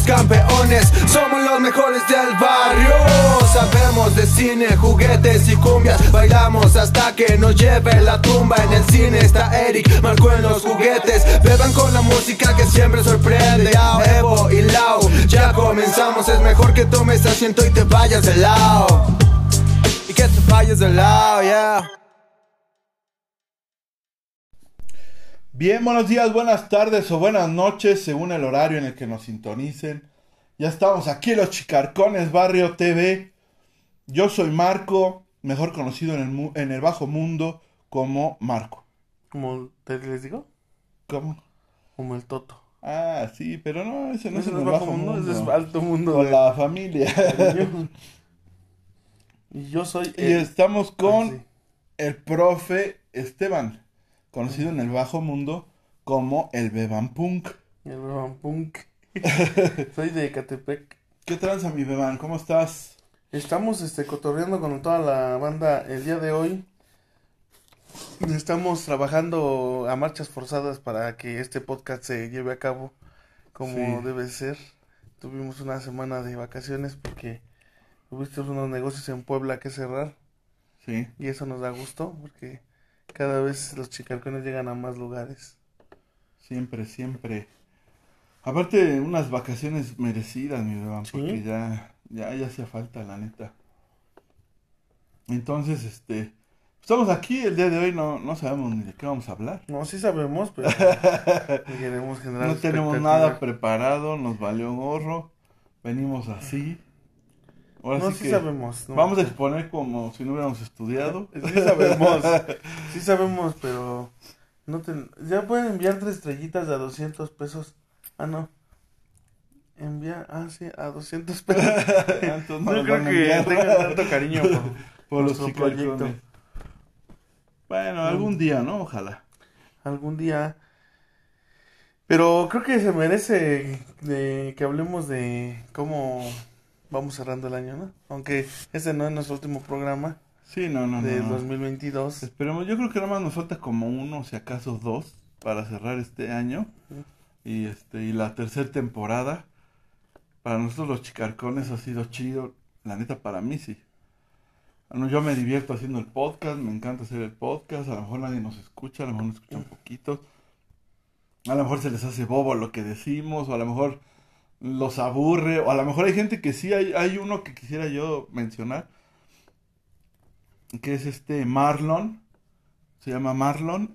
campeones, somos los mejores del barrio. Sabemos de cine, juguetes y cumbias, bailamos hasta que nos lleve la tumba. En el cine está Eric, Marco en los juguetes, beban con la música que siempre sorprende. Yao, Evo y Lau, ya comenzamos, es mejor que tomes asiento y te vayas de lado. Y que te vayas de lado, yeah. Bien, buenos días, buenas tardes o buenas noches, según el horario en el que nos sintonicen. Ya estamos aquí en Los Chicarcones Barrio TV. Yo soy Marco, mejor conocido en el bajo mundo como Marco. ¿Cómo les digo? ¿Cómo? Como el Toto. Ah, sí, pero no, ese no es ¿Ese en el bajo mundo. Ese es alto mundo. Con la familia. Y yo soy Y estamos con sí. el profe Esteban, conocido en el bajo mundo como el Beban Punk. El Beban Punk. Soy de Ecatepec. ¿Qué tranza, mi Beban? ¿Cómo estás? Estamos cotorreando con toda la banda el día de hoy. Estamos trabajando a marchas forzadas para que este podcast se lleve a cabo como Sí. debe ser. Tuvimos una semana de vacaciones porque tuviste unos negocios en Puebla que cerrar. Sí. Y eso nos da gusto porque cada vez los chicarcones llegan a más lugares. Siempre, siempre. Aparte, unas vacaciones merecidas, mi Beban, Sí. porque ya hacía falta, la neta. Entonces, estamos aquí el día de hoy, no sabemos ni de qué vamos a hablar. No, sí sabemos, pero queremos generar No tenemos expectativa. nada preparado, nos valió gorro, venimos así. Ahora No, sí sí que sabemos. No, vamos a exponer como si no hubiéramos estudiado. Sí sabemos, pero ya pueden enviar 3 estrellitas de a 200 pesos. Ah, no. Sí, a 200 pesos. Entonces No nos creo van a que enviar tengan tanto cariño por los nuestro chicarcones. proyecto. Bueno, algún día, ¿no? Ojalá. Algún día. Pero creo que se merece que hablemos de cómo vamos cerrando el año, ¿no? Aunque ese no es nuestro último programa Sí, no. 2022. Esperemos, yo creo que nada más nos falta como uno, si acaso dos, para cerrar este año. Y la tercera temporada. Para nosotros los chicarcones ha sido chido. La neta, para mí sí. Bueno, yo me divierto haciendo el podcast, me encanta hacer el podcast. A lo mejor nadie nos escucha, a lo mejor nos escuchan poquitos. A lo mejor se les hace bobo lo que decimos, o a lo mejor los aburre, o a lo mejor hay gente que sí, hay uno que quisiera yo mencionar, que es Marlon, se llama Marlon,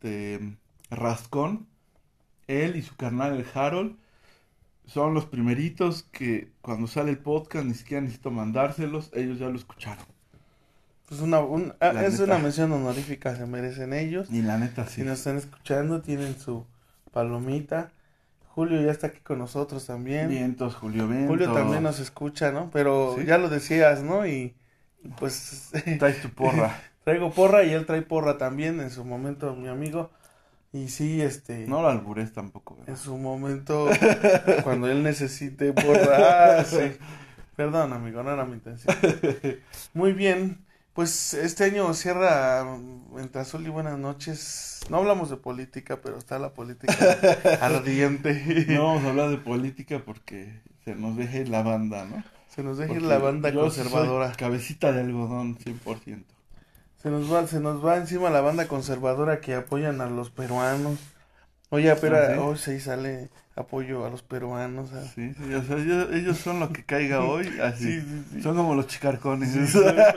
Rascón. Él y su carnal el Harold son los primeritos que cuando sale el podcast ni siquiera necesito mandárselos, ellos ya lo escucharon. Pues La es neta. una mención honorífica, se merecen ellos. Y la neta sí. Si nos están escuchando, tienen su palomita. Julio ya está aquí con nosotros también. Vientos, Julio Vientos. Julio también nos escucha, ¿no? Pero ¿Sí? ya lo decías, ¿no? Y pues Traes tu porra. traigo porra y él trae porra también en su momento, mi amigo. Y sí, No lo albures tampoco, ¿verdad? en su momento, cuando él necesite porra. Sí. Perdón, amigo, no era mi intención. Muy bien. Pues este año cierra entre azul y buenas noches. No hablamos de política, pero está la política ardiente. No vamos a hablar de política porque se nos deja ir la banda, ¿no? Se nos deja ir Porque la banda yo conservadora. soy cabecita de algodón, 100%. Se nos va encima la banda conservadora que apoyan a los peruanos. Oye, pero ¿Ah, sí? hoy sí sale apoyo a los peruanos. Sí, o sea, ellos son lo que caiga hoy, así. Sí. Son como los chicarcones. Sí,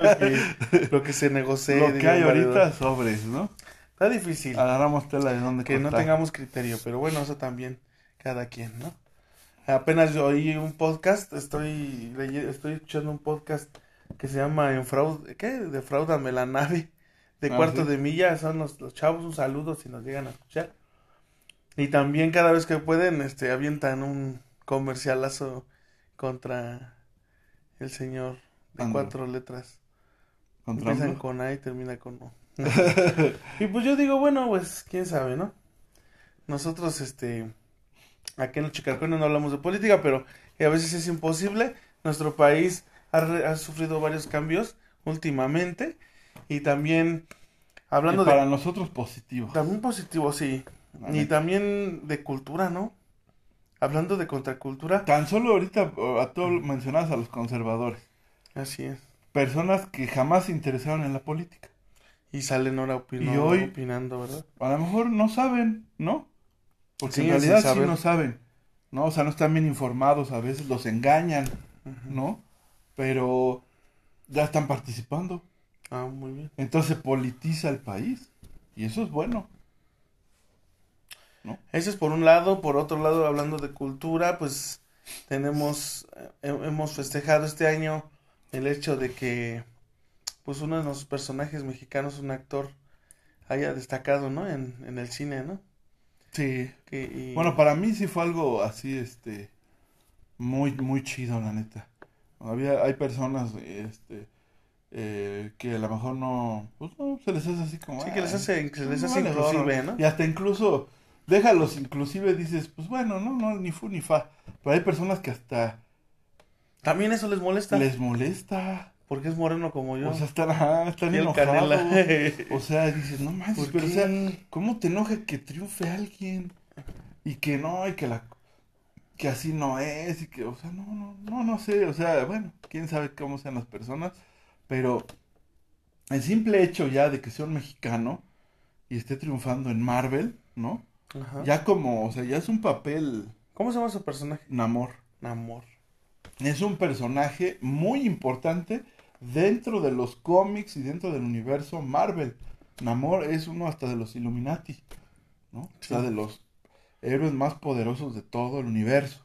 lo que se negocie. Lo que digan hay ahorita, valedor. sobres, ¿no? Está difícil Agarramos tela de donde que no cortar. tengamos criterio, pero bueno, eso también, cada quien, ¿no? Apenas yo oí un podcast, estoy escuchando un podcast que se llama Defraúdame la nave, de Cuarto ¿sí? de Milla, son los chavos, un saludo si nos llegan a escuchar. Y también cada vez que pueden, avientan un comercialazo contra el señor de Ando. 4 letras. ¿Contra Empiezan AMLO? con A y termina con O. Y pues yo digo, bueno, pues quién sabe, ¿no? Nosotros, aquí en los chicarcones no hablamos de política, pero a veces es imposible. Nuestro país ha sufrido varios cambios últimamente y también hablando Y para nosotros positivo. también positivo, sí, La y neta. también de cultura, ¿no? hablando de contracultura, Tan solo ahorita a todos mencionabas a los conservadores. así es. Personas que jamás se interesaron en la política. Y salen ahora Y hoy- opinando, ¿verdad? A lo mejor no saben, ¿no? Porque Sí, en realidad sin sí saber. no saben, ¿no? O sea, no están bien informados, a veces los engañan, Ujú. ¿no? Pero ya están participando. Ah, muy bien. Entonces se politiza el país. Y eso es bueno. Eso es por un lado. Por otro lado, hablando de cultura, pues hemos festejado este año el hecho de que, pues, uno de nuestros personajes mexicanos, un actor, haya destacado, ¿no? En el cine, ¿no? Sí. Y Bueno, para mí sí fue algo así, muy, muy chido, la neta. Hay personas, que a lo mejor no, pues no, se les hace así como, sí, que "Ay, se les no hace vale inclusive, gorro". ¿no? Y hasta incluso, déjalos inclusive, dices, pues bueno, no, ni fu ni fa. Pero hay personas que hasta También eso les molesta, les molesta. porque es moreno como yo. O sea, están Piel enojados. canela. O sea, dices, no manches, ¿Por pero o qué? sea, ¿cómo te enoja que triunfe alguien? Y que no, y que así no es, y que, o sea, no sé, o sea, bueno, quién sabe cómo sean las personas, pero el simple hecho ya de que sea un mexicano y esté triunfando en Marvel, ¿no? Ajá. Ya como, o sea, ya es un papel, ¿Cómo se llama su personaje? Namor. Namor. Es un personaje muy importante dentro de los cómics y dentro del universo Marvel. Namor es uno hasta de los Illuminati, ¿no? O sea, Sí. de los héroes más poderosos de todo el universo.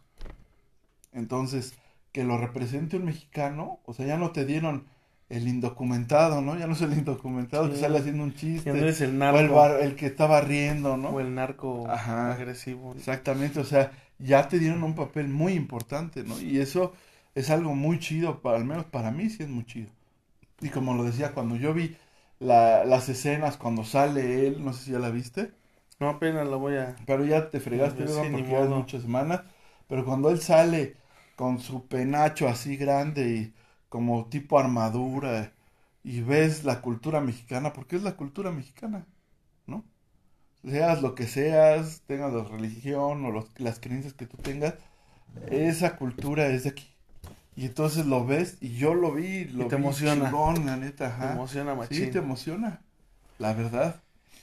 Entonces, que lo represente un mexicano, o sea, ya no te dieron el indocumentado, ¿no? Ya no es el indocumentado que Sí. sale haciendo un Ya chiste. no eres el O narco. el que estaba riendo, ¿no? O el narco Ajá. agresivo. ¿no? Exactamente, o sea, ya te dieron un papel muy importante, ¿no? Y eso es algo muy chido, al menos para mí sí es muy chido. Y como lo decía, cuando yo vi las escenas, cuando sale él, no sé si ya la viste, No, apenas lo voy a... pero ya te fregaste, Sí, ¿verdad? ni Porque ya es modo. muchas semanas, pero cuando él sale con su penacho así grande y como tipo armadura y ves la cultura mexicana, porque es la cultura mexicana, ¿no? Seas lo que seas, tengas la religión o las creencias que tú tengas, esa cultura es de aquí. Y entonces lo ves y yo lo vi, lo te vi emociona. chingón, la neta, Te ajá. emociona, Sí, machín. te emociona, la verdad.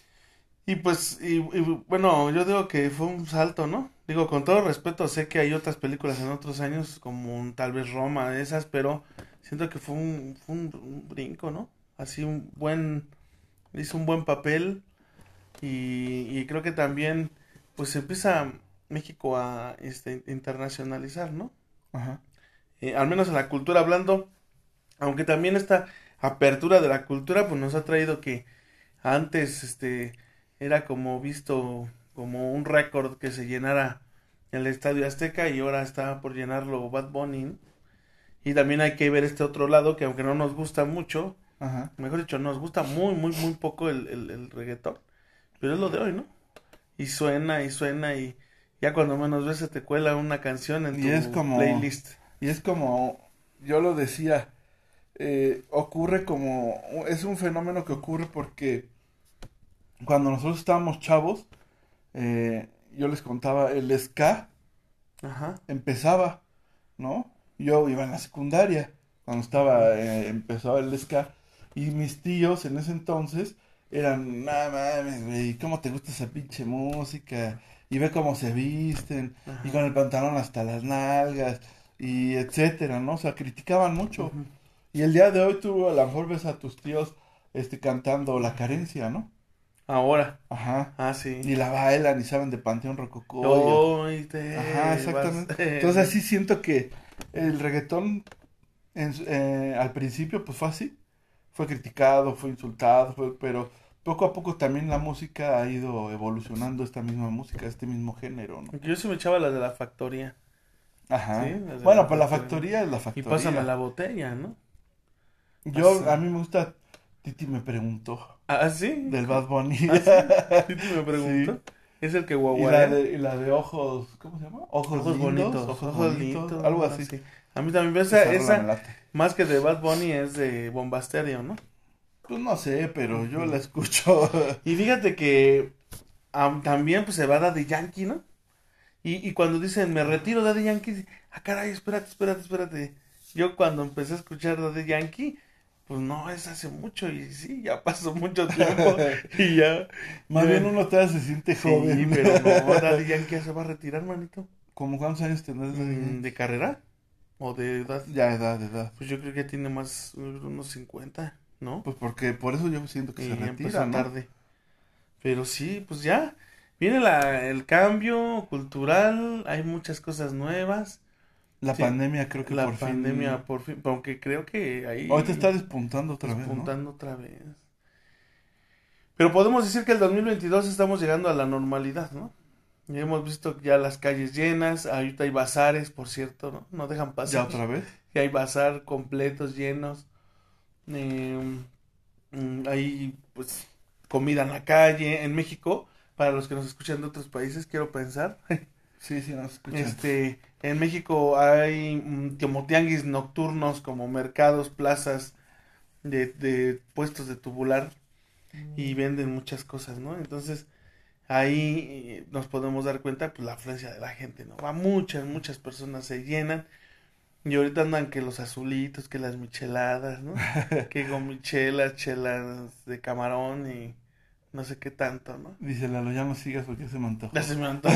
Y pues, bueno, yo digo que fue un salto, ¿no? Digo, con todo respeto, sé que hay otras películas en otros años, como tal vez Roma, de esas, pero siento que fue un brinco, ¿no? Así hizo un buen papel y creo que también, pues empieza México a internacionalizar, ¿no? Ajá. Al menos en la cultura hablando, aunque también esta apertura de la cultura, pues nos ha traído que antes, era como visto como un récord que se llenara el Estadio Azteca y ahora está por llenarlo Bad Bunny, ¿no? Y también hay que ver este otro lado que aunque no nos gusta mucho, Ajá. mejor dicho, nos gusta muy poco el reggaetón, pero es lo de hoy, ¿no? Y suena y ya cuando menos ves se te cuela una canción en Y tu es como- playlist. Y es como, yo lo decía, ocurre como, es un fenómeno que ocurre porque cuando nosotros estábamos chavos, yo les contaba, el ska Ajá. empezaba, ¿no? Yo iba en la secundaria cuando empezaba el ska y mis tíos en ese entonces eran, nada mames, güey, ¿cómo te gusta esa pinche música? Y ve cómo se visten Ajá. y con el pantalón hasta las nalgas y etcétera, ¿no? O sea, criticaban mucho. Ujú. Y el día de hoy tú a lo mejor ves a tus tíos cantando La Carencia, ¿no? Ahora. Ajá. Ah, sí. Y la bailan y saben de Panteón Rococó. Hoy te Ajá, exactamente. Entonces así siento que el reggaetón al principio pues fue así. Fue criticado, fue insultado, pero poco a poco también la música ha ido evolucionando, esta misma música, este mismo género, ¿no? Yo sí me echaba las de la factoría. Ajá. Sí, las de Bueno, La pues la Factoría. factoría es la Y factoría. pásame la botella, ¿no? Yo, Así. a mí me gusta, Titi me preguntó, Ah, sí. del Bad Bunny. ¿Ah, sí? ¿Sí me preguntó? Es el que Y guaguarea. y la de ojos, ¿cómo se llama? Ojos lindos, bonitos. ojos bonitos, algo así. Sí. A mí también, pero Esa rola me esa late. más que de Bad Bunny es de Bombasterio, ¿no? Pues no sé, pero yo la escucho. Y fíjate que también pues se va Daddy Yankee, ¿no? Y cuando dicen, me retiro Daddy Yankee, caray, espérate. Yo cuando empecé a escuchar Daddy Yankee, pues no, es hace mucho, y sí, ya pasó mucho tiempo, y ya. Más bien uno todavía se siente joven. Sí, pero no, Daddy Yankee ya se va a retirar, manito. ¿Cómo cuántos años tendrás? ¿De carrera? ¿O de edad? Ya, edad. Pues yo creo que ya tiene más, unos 50, ¿no? Pues porque por eso yo siento que se retira, empezó ¿no? tarde. Pero sí, pues ya. Viene el cambio cultural, hay muchas cosas nuevas. La Sí, pandemia creo que la pandemia por fin, aunque creo que ahí ahorita está despuntando otra vez, despuntando otra vez. Pero podemos decir que el 2022 estamos llegando a la normalidad, ¿no? Ya hemos visto ya las calles llenas, ahorita hay bazares, por cierto, ¿no? No dejan ¿no? pasar. Ya otra vez. Ya hay bazar completos, llenos. Hay, pues, comida en la calle. En México, para los que nos escuchan de otros países, quiero pensar. Sí, nos escuchan. En México hay como tianguis nocturnos, como mercados, plazas de puestos de tubular y venden muchas cosas, ¿no? Entonces ahí nos podemos dar cuenta, pues, la afluencia de la gente, ¿no? Va muchas personas se llenan y ahorita andan que los azulitos, que las micheladas, ¿no? Que gomichelas, chelas de camarón y no sé qué tanto, ¿no? Dice Lalo, ya no sigas porque ya se me antojó. Ya se me antojó.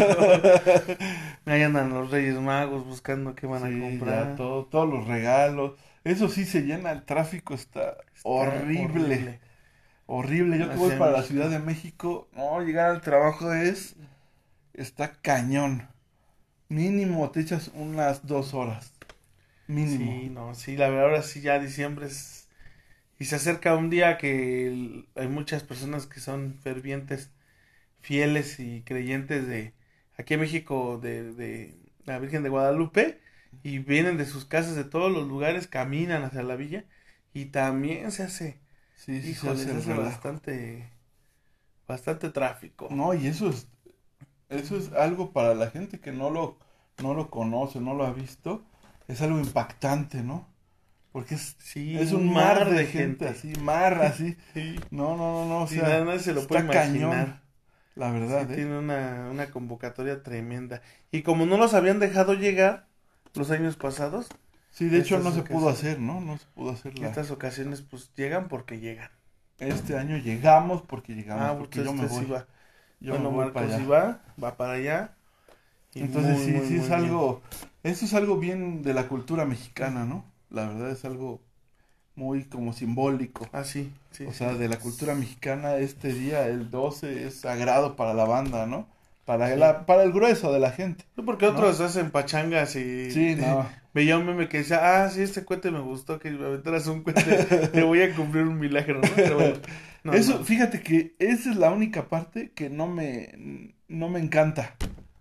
Ahí andan los Reyes Magos buscando qué van a comprar. Ya todos los regalos. Eso sí se llena, el tráfico está horrible. Horrible. Yo que voy para la Ciudad de México, no, llegar al trabajo está cañón. Mínimo te echas unas 2 horas. Mínimo. Sí, no, sí, la verdad ahora sí ya diciembre es... Y se acerca un día que hay muchas personas que son fervientes, fieles y creyentes de aquí en México de la Virgen de Guadalupe y vienen de sus casas de todos los lugares, caminan hacia la villa y también se hace, Sí, híjole, se se hace relaja. bastante tráfico. No, y eso es algo para la gente que no lo conoce, no lo ha visto. Es algo impactante, ¿no? Porque Sí, es un mar de gente así, así. Sí. No, o Sí, sea, nadie se lo está puede imaginar. cañón, la verdad, Sí, tiene una convocatoria tremenda. Y como no los habían dejado llegar los años pasados, Sí, de hecho no estas se pudo ocasiones- hacer, ¿no? No se pudo hacer estas ocasiones pues llegan porque llegan. Este año llegamos porque llegamos, porque pues yo me usted sí voy. va. Yo Bueno, me voy Marcos para sí allá. va para allá. Y Entonces muy, sí, muy, sí muy es algo, eso es algo bien de la cultura mexicana, ¿no? La verdad es algo muy como simbólico. bien. Sí, sí. O sea, de la cultura mexicana, este día, el 12, es sagrado para la banda, ¿no? Para Sí. para el grueso de la gente. Sí, porque otros hacen pachangas y Sí, no. veía un meme que decía, sí, este cohete me gustó, que me aventaras un cohete, te voy a cumplir un milagro, ¿no? Pero bueno, no, Eso, no. fíjate que esa es la única parte que no me encanta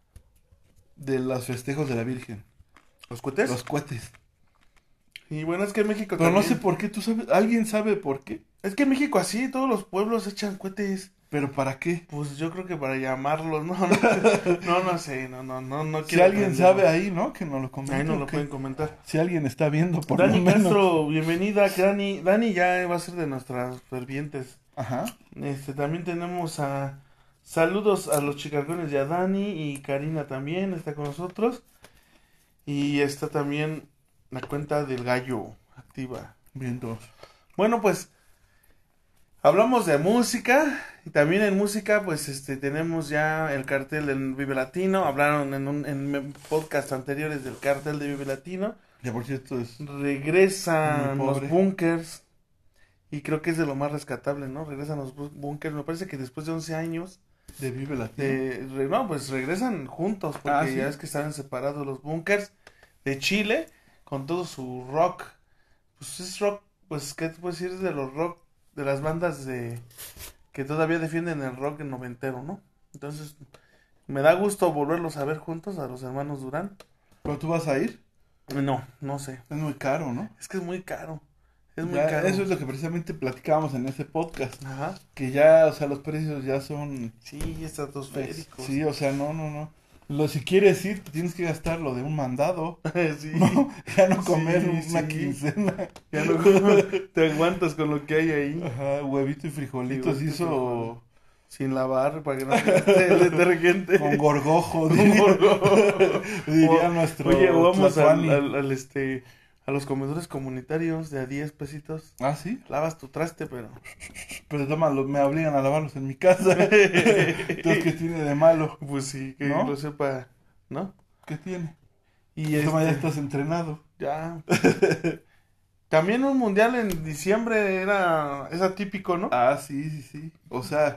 de los festejos de la Virgen. ¿Los cohetes? Los cohetes. Y bueno, es que en México Pero no también. sé por qué, ¿tú sabes? ¿Alguien sabe por qué? Es que en México así, todos los pueblos echan cohetes. ¿Pero para qué? Pues yo creo que para llamarlos, no sé, no Si quiero alguien aprenderlo. sabe ahí, ¿no? Que nos lo comente. Ahí nos ¿o lo qué? pueden comentar. Si alguien está viendo, por Dani lo menos. Castro, bienvenida, Dani ya va a ser de nuestras fervientes. Ajá. También tenemos saludos a los chicarcones de a Dani y Karina también está con nosotros. Y está también la cuenta del gallo activa. Bien, todos. Bueno, pues hablamos de música y también en música pues tenemos ya el cartel del Vive Latino. Hablaron en podcast anteriores del cartel de Vive Latino. Ya por cierto es Regresan muy los pobre. bunkers y creo que es de lo más rescatable, ¿no? Regresan los bunkers. Me parece que después de 11 años de Vive Latino. no, pues regresan juntos porque ¿sí? ya es que estaban separados los bunkers de Chile con todo su rock. Pues es rock, pues qué te puedo decir de los rock de las bandas que todavía defienden el rock noventero, ¿no? Entonces me da gusto volverlos a ver juntos a los hermanos Durán. ¿Pero tú vas a ir? No sé. Es muy caro, ¿no? Es que es muy caro. Es muy Ya, caro. eso es lo que precisamente platicábamos en ese podcast. Ajá. Que ya, o sea, los precios ya son... Sí, estratosféricos. Sí, o sea, no. Si quieres ir, te tienes que gastar lo de un mandado. Sí. No, ya no comer Sí, una sí. quincena. Ya no te aguantas con lo que hay ahí. Ajá, huevito y frijolitos. Sí, Hizo sin lavar para que no se gaste el detergente. Con gorgojo. Con gorgojo. Diría nuestro Oye, vamos Tlatuani. a los comedores comunitarios de a 10 pesitos. ¿Ah, sí? Lavas tu traste, pero... Pero toma, me obligan a lavarlos en mi casa. Entonces, ¿qué tiene de malo? Pues sí, que ¿No? lo sepa, ¿no? ¿Qué tiene? Y Toma, ya estás entrenado. ya. También un mundial en diciembre es atípico, ¿no? Ah, sí. O sea,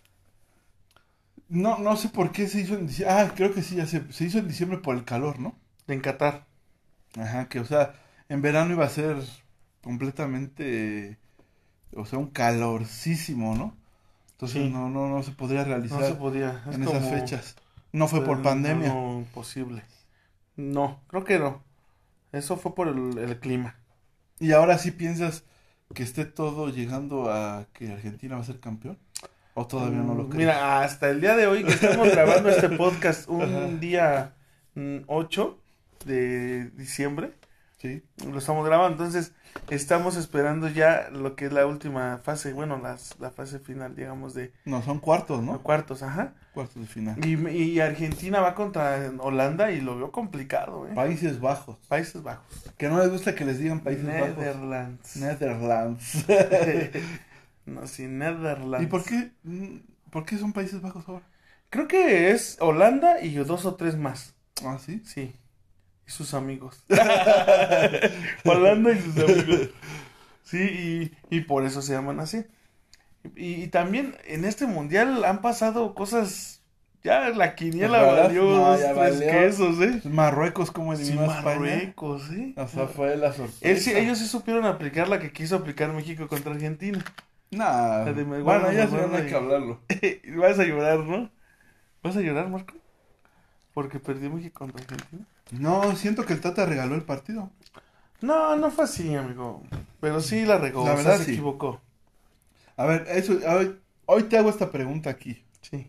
no sé por qué se hizo en diciembre. Ah, creo que sí, se hizo en diciembre por el calor, ¿no? En Qatar. Ajá, que o sea, en verano iba a ser completamente, o sea, un calorcísimo, ¿no? Entonces Sí. no se podría realizar No se podía. Es en esas como, fechas. No fue por pues, pandemia. No, imposible. No, creo que no. Eso fue por el clima. ¿Y ahora sí piensas que esté todo llegando a que Argentina va a ser campeón? ¿O todavía no lo crees? Mira, hasta el día de hoy que estamos grabando este podcast, un Ajá. día 8 de diciembre, Sí. lo estamos grabando, entonces estamos esperando ya lo que es la última fase, bueno, la fase final, digamos, de No, son cuartos, ¿no? cuartos, ajá. Cuartos de final. Y Argentina va contra Holanda y lo veo complicado, ¿eh? Países Bajos. Países Bajos. Que no les gusta que les digan Países Bajos. Netherlands. Netherlands. No, sí, Netherlands. ¿Y por qué son Países Bajos ahora? Creo que es Holanda y 2 o 3 más. Ah, sí. Sí. Y sus amigos. Holanda y sus amigos. Sí, y por eso se llaman así. Y también en este mundial han pasado cosas. Ya la quiniela ¿Raras? valió No, dos, ya tres valió. quesos, ¿eh? Marruecos, como Sí, eliminó a España. Marruecos, ¿eh? O sea, fue la sorpresa. Ellos sí supieron aplicar la que quiso aplicar México contra Argentina. Nah. La de me Bueno, guardo, ya me no guardo hay y- que hablarlo. Vas a llorar, ¿no? ¿Vas a llorar, Marco? Porque perdió México contra Argentina. No, siento que el Tata regaló el partido. No, no fue así, amigo. Pero sí la regó, La o sea, verdad, se sí. equivocó. A ver, hoy te hago esta pregunta aquí. Sí.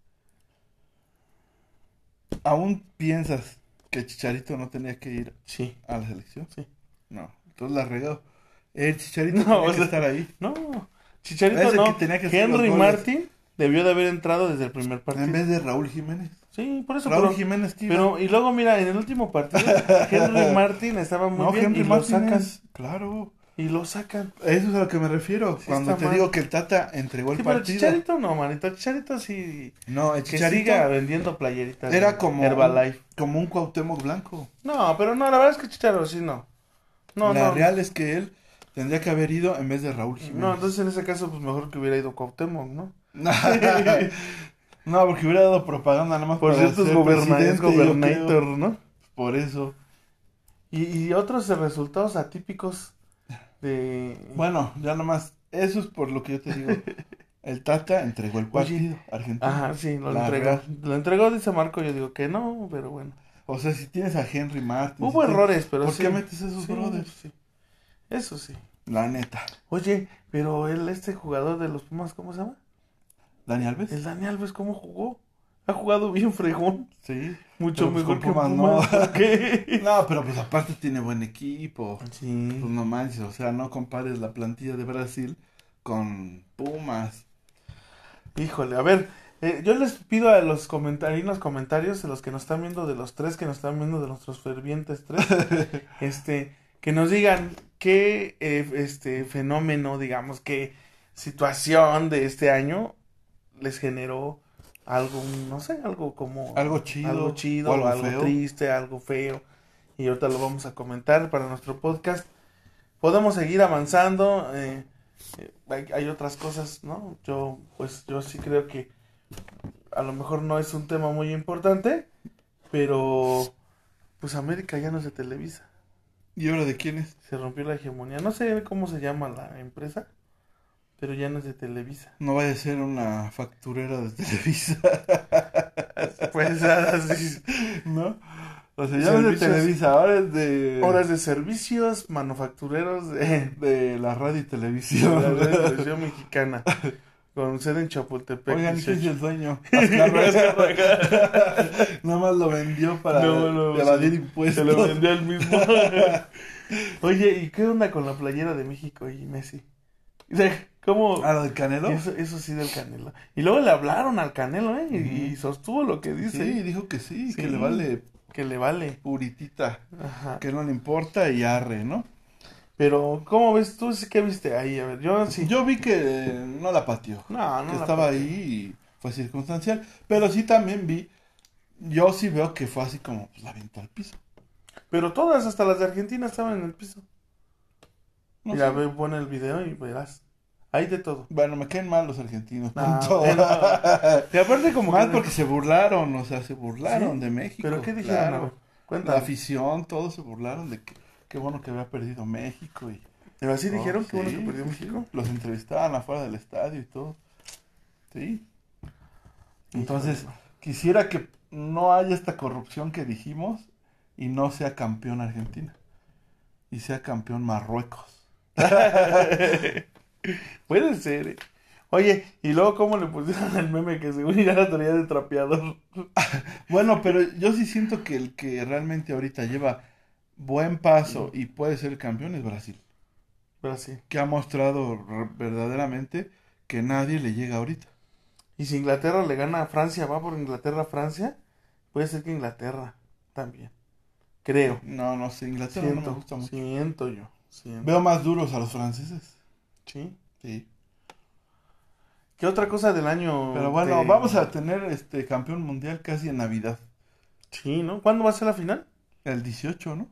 ¿Aún piensas que Chicharito no tenía que ir Sí. a la selección? Sí. No, entonces la regó. El Chicharito No, tenía o que sea, estar ahí. No, Chicharito Ese no. que tenía que hacer Henry los goles. Martin debió de haber entrado desde el primer partido. En vez de Raúl Jiménez. Sí, por eso. Raúl pero, Jiménez que iba. pero, y luego, mira, en el último partido, Henry Martin estaba muy No, bien Henry y lo Martínez. sacan. Claro. Y lo sacan. Eso es a lo que me refiero. Sí, Cuando está te mal. digo que el Tata entregó el Sí, pero partido. Chicharito no, manito. Chicharito sí. No, el Que Chicharito siga vendiendo playeritas. era de como Herbalife. como un Cuauhtémoc Blanco. No, pero no, la verdad es que Chicharito sí no. No, La no. real es que él tendría que haber ido en vez de Raúl Jiménez. No, entonces en ese caso, pues mejor que hubiera ido Cuauhtémoc, ¿no? No, porque hubiera dado propaganda nada más Por para cierto, es ser gobernator, presidente, yo creo. gobernator, ¿no? Por eso. Y otros resultados atípicos de... Bueno, ya nomás, eso es por lo que yo te digo. El Tata entregó el partido Argentina. Ajá, sí, lo La entregó. real. Lo entregó, dice Marco, yo digo que no, pero bueno. O sea, si tienes a Henry Martin. Hubo si tienes- errores, pero ¿Por sí. qué metes a esos Sí, brothers? sí. Eso sí. La neta. Oye, pero este jugador de los Pumas, ¿cómo se llama? ¿Dani Alves? El Dani Alves, ¿cómo jugó? Ha jugado bien fregón. Sí. Mucho Pero, pues, mejor con que Pumas, Pumas. no. ¿Por qué? No, pero pues aparte tiene buen equipo. Sí. Pues no manches, o sea, no compares la plantilla de Brasil con Pumas. Híjole, a ver, yo les pido a los comentarios, en los comentarios, de los que nos están viendo, de los tres que nos están viendo, de nuestros fervientes tres, que nos digan qué fenómeno, digamos, qué situación de este año les generó algo, no sé, algo como... Algo chido, o o algo algo feo. triste, algo feo. Y ahorita lo vamos a comentar para nuestro podcast. Podemos seguir avanzando, hay otras cosas, ¿no? Yo sí creo que a lo mejor no es un tema muy importante, pero pues América ya no se televisa. ¿Y ahora de quién es? Se rompió la hegemonía. No sé cómo se llama la empresa, pero ya no es de Televisa. No vaya a ser una facturera de Televisa, Pues así. ¿no? O sea, ya no es de Servicios- Televisa, ahora es de... Horas de servicios manufactureros de la radio y la televisión. televisión mexicana, con sede en Chapultepec. Oigan, ¿quién es 18. el dueño? Azcárraga. Nada más lo vendió para No, evadir se impuestos. lo vendió al mismo. Oye, ¿y qué onda con la playera de México y Messi? ¿Cómo? ¿A lo del Canelo? Eso sí del Canelo. Y luego le hablaron al Canelo, ¿eh? Y sostuvo lo que dice. Sí, dijo que sí, Sí, que le vale que le vale. puritita, Ajá. que no le importa y arre, ¿no? Pero, ¿cómo ves? ¿Tú sí qué viste ahí? A ver, yo sí. Yo vi que no la pateó, No, no que la estaba pateó. ahí y fue circunstancial, pero sí también vi, yo sí veo que fue así como, pues la aventó al piso. Pero todas, hasta las de Argentina, estaban en el piso. No Mira, sé. ve, pon el video y verás. Hay de todo. Bueno, me caen mal los argentinos, Ah, punto. bueno. Y aparte como Más que... porque se burlaron, o sea, se burlaron ¿Sí? de México. ¿Pero qué dijeron? A ver, Claro. La cuéntame. afición, todos se burlaron de que qué bueno que había perdido México y Pero así oh, dijeron que uno sí, que perdió sí, México. sí. Los entrevistaban afuera del estadio y todo. Sí. Entonces, Híjole, quisiera que no haya esta corrupción que dijimos y no sea campeón Argentina y sea campeón Marruecos. puede ser, Oye, y luego cómo le pusieron el meme que según ya la teoría de trapeador. Bueno, pero yo sí siento que el que realmente ahorita lleva buen paso y puede ser campeón es Brasil, Pero sí. que ha mostrado verdaderamente que nadie le llega ahorita. Y si Inglaterra le gana a Francia, va por Inglaterra a Francia, puede ser que Inglaterra también. Creo. No, no sé, Inglaterra no me gusta mucho. Siento yo. Siento. Veo más duros a los franceses. Sí. Sí. ¿Qué otra cosa del año? Pero bueno, vamos a tener este campeón mundial casi en Navidad. Sí, ¿no? ¿Cuándo va a ser la final? El 18, ¿no?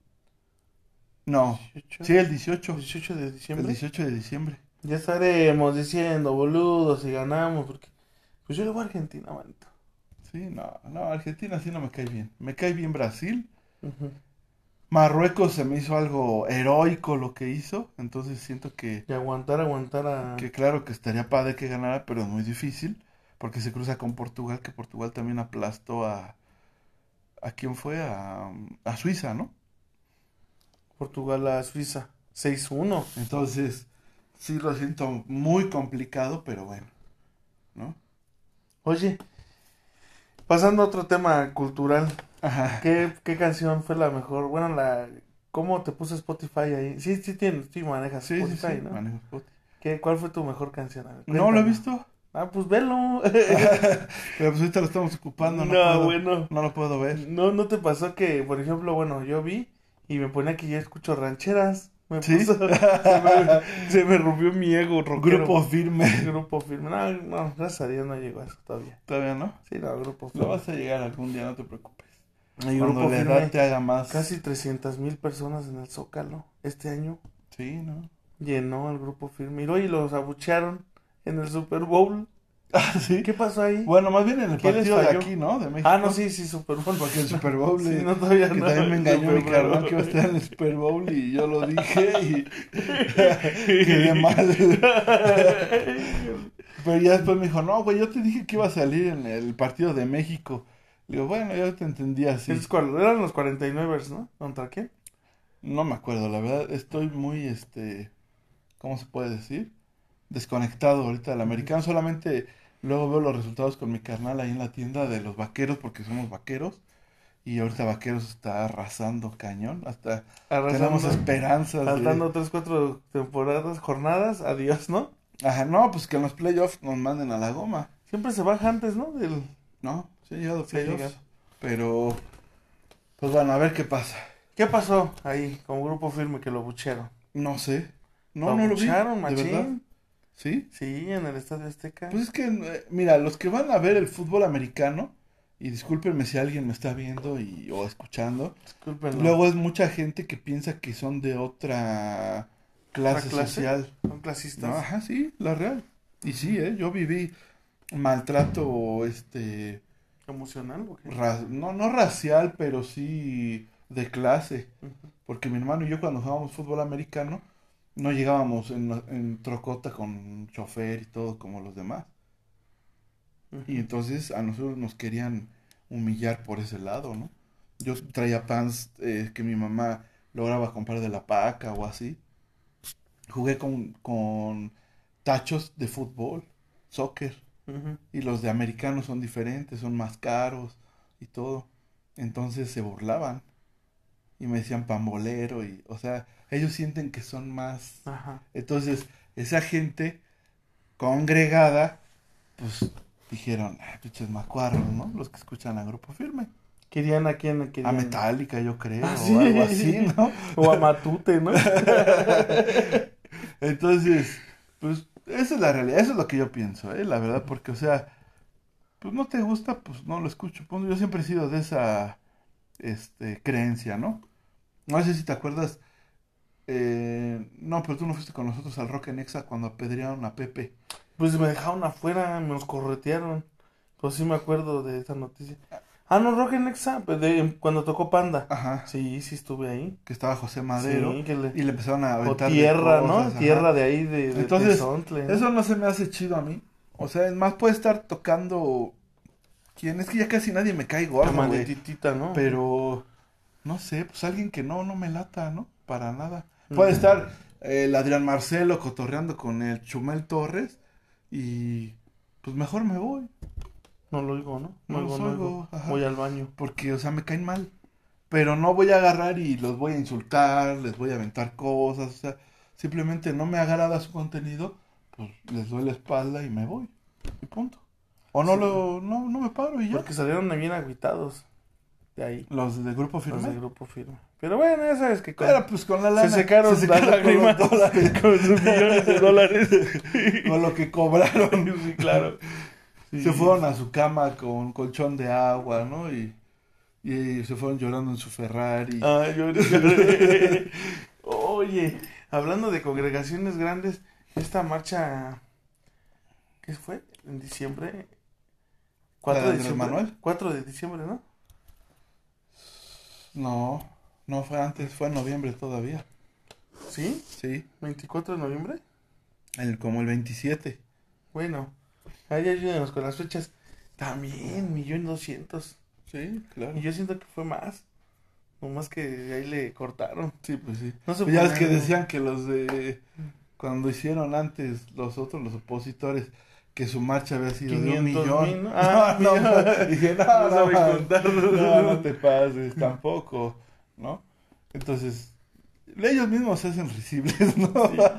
No. 18. Sí, el 18. 18 de El diciembre. 18 de diciembre. Ya estaremos diciendo, boludos, si ganamos, porque... Pues yo le voy a Argentina, manito. Sí, no, Argentina sí no me cae bien. Me cae bien Brasil. Ujú. Marruecos se me hizo algo heroico lo que hizo. Entonces siento Y aguantar a... que claro que estaría padre que ganara, pero es muy difícil. Porque se cruza con Portugal, que Portugal también aplastó ¿a quién fue? A Suiza, ¿no? Portugal a Suiza. 6-1. Entonces, sí lo siento muy complicado, pero bueno, ¿no? Oye, pasando a otro tema cultural, Ajá. ¿qué canción fue la mejor? Bueno, ¿cómo te puso Spotify ahí? Sí manejas Sí, Spotify, sí, ¿no? manejo Spotify. ¿Cuál fue tu mejor canción? A ver, No lo he cuéntame. visto, Ah, pues velo. pero pues ahorita lo estamos ocupando, no No, puedo, bueno. no lo puedo ver. ¿No te pasó que, por ejemplo, bueno, yo vi y me ponía que ya escucho rancheras? Me ¿Sí? puso, se me rompió mi ego rockero. Grupo firme. Grupo firme. No, gracias a Dios no llegó a eso todavía. Todavía no. Sí, no, grupo Lo firme. vas a llegar algún día, no te preocupes. El Cuando grupo la firme, edad te haga más. casi 300,000 personas en el Zócalo este año. Sí, ¿no? Llenó el grupo firme. Y los abuchearon en el Super Bowl. Ah, sí. ¿Qué pasó ahí? Bueno, más bien en el ¿Quién les partido de falló? aquí, ¿no? De México. Ah, no, sí, Super Bowl. Porque el Super Bowl, Sí, no, todavía que no. también me engañó mi Super carnal Bowl. que iba a estar en el Super Bowl y yo lo dije y quedé mal. Pero ya después me dijo, no, güey, yo te dije que iba a salir en el partido de México. Le digo, bueno, yo te entendí así. Eran los 49ers, ¿no? ¿Contra quién? No me acuerdo, la verdad, estoy muy, ¿cómo se puede decir? Desconectado ahorita del americano, solamente luego veo los resultados con mi carnal ahí en la tienda de los vaqueros, porque somos vaqueros, y ahorita vaqueros está arrasando cañón, hasta tenemos esperanzas Faltando 3-4 temporadas, jornadas, adiós, ¿no? Ajá, no, pues que en los playoffs nos manden a la goma, Siempre se baja antes, ¿no? ¿no? Sí, ha llegado a Sí, ha playoffs, llegado. pero, pues bueno, a ver qué pasa. ¿Qué pasó ahí con grupo firme que lo buchearon? No sé, Lo no lo vi, buchearon, de machín. verdad, ¿sí? Sí, en el Estadio Azteca. Pues es que, mira, los que van a ver el fútbol americano, y discúlpenme si alguien me está viendo o escuchando, Discúlpenlo. luego es mucha gente que piensa que son de otra clase clase? social. Son clasistas. No, ajá, sí, la real. Y sí, yo viví maltrato, ¿Emocional o qué? no racial, pero sí de clase. Ujú. Porque mi hermano y yo cuando jugábamos fútbol americano, no llegábamos en trocota con chofer y todo como los demás. Y Ujú. entonces a nosotros nos querían humillar por ese lado, ¿no? Yo traía pants que mi mamá lograba comprar de la paca o así. Jugué con tachos de fútbol, soccer. Ujú. Y los de americanos son diferentes, son más caros y todo. Entonces se burlaban y me decían pambolero y, o sea, ellos sienten que son más. Ajá. Entonces esa gente congregada, pues dijeron, pinches macuarros, ¿no? Los que escuchan a Grupo Firme. ¿Querían a quién? A Metallica, yo creo, ¿Ah, o sí? algo así, ¿no? O a Matute, ¿no? Entonces, pues, esa es la realidad, eso es lo que yo pienso, la verdad, porque, o sea, pues no te gusta, pues no lo escucho. Yo siempre he sido de esa, creencia, ¿no? No sé si te acuerdas, no, pero tú no fuiste con nosotros al Rock en Exa cuando apedrearon a Pepe. Pues me dejaron afuera, me los corretearon. Pues sí me acuerdo de esa noticia. Ah, no, Rock en Exa, pues cuando tocó Panda. Ajá. Sí, sí estuve ahí. Que estaba José Madero, Sí, y le empezaron a o aventar tierra, cosas, ¿no? ajá. Tierra de ahí, de Entonces, Tezontle, ¿no? eso no se me hace chido a mí. O sea, es más, puede estar tocando... ¿Quién? Es que ya casi nadie me cae gordo, güey. Camanditita, ¿no? Pero, no sé, pues alguien que no me lata, ¿no? Para nada. Puede estar el Adrián Marcelo cotorreando con el Chumel Torres y pues mejor me voy. No lo oigo, ¿no? No los oigo, oigo. ajá. Voy al baño. Porque, o sea, me caen mal. Pero no voy a agarrar y los voy a insultar, les voy a aventar cosas, o sea, simplemente no me agrada su contenido, pues les doy la espalda y me voy. Y punto. O no Sí. no me paro y ya. Porque salieron bien agüitados de ahí. Los del Grupo Firme. Los de Grupo Firme. Pero bueno, ya sabes que Pero pues con la lana. se secaron las con los lágrimas dólares. con sus millones de dólares. Con lo que cobraron. Sí, claro. Sí. Se fueron a su cama con colchón de agua, ¿no? Y se fueron llorando en su Ferrari. Ay, lloré. Oye, hablando de congregaciones grandes, esta marcha, ¿qué fue? En diciembre. 4 ¿La de de diciembre. Manuel? 4 de diciembre, ¿no? No fue antes, fue en noviembre todavía. ¿Sí? Sí, 24 de noviembre. como el 27. Bueno, ahí ayúdenos con las fechas. También, 1,200,000. Sí, claro. Y yo siento que fue más. Nomás que ahí le cortaron. Sí, pues sí. No se Pues ya es que ponían- decían que los de... Cuando hicieron antes los opositores, que su marcha había sido de 500,000, 1,000,000. ¿no? Ah, no, mira. dije, No no sabe contar. no te pases, tampoco, ¿no? Entonces, ellos mismos se hacen risibles, ¿no?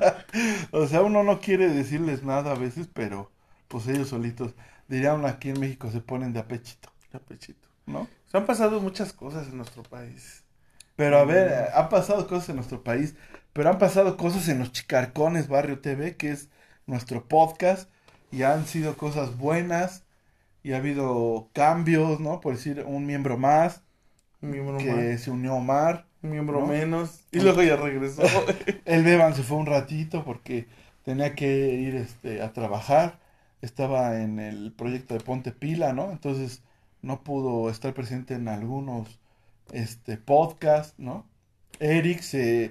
O sea, uno no quiere decirles nada a veces, pero pues ellos solitos, dirían aquí en México, se ponen de apechito, Ya, pechito. ¿no? Se han pasado muchas cosas en nuestro país. Pero a ver, han pasado cosas en nuestro país, pero han pasado cosas en los Chicarcones Barrio TV, que es nuestro podcast, y han sido cosas buenas, y ha habido cambios, ¿no? Por decir, un miembro más, Un miembro que más, se unió Omar, un miembro ¿no? menos. Y luego ya regresó. el Beban se fue un ratito porque tenía que ir a trabajar, estaba en el proyecto de Ponte Pila, ¿no? Entonces no pudo estar presente en algunos podcast, ¿no? Eric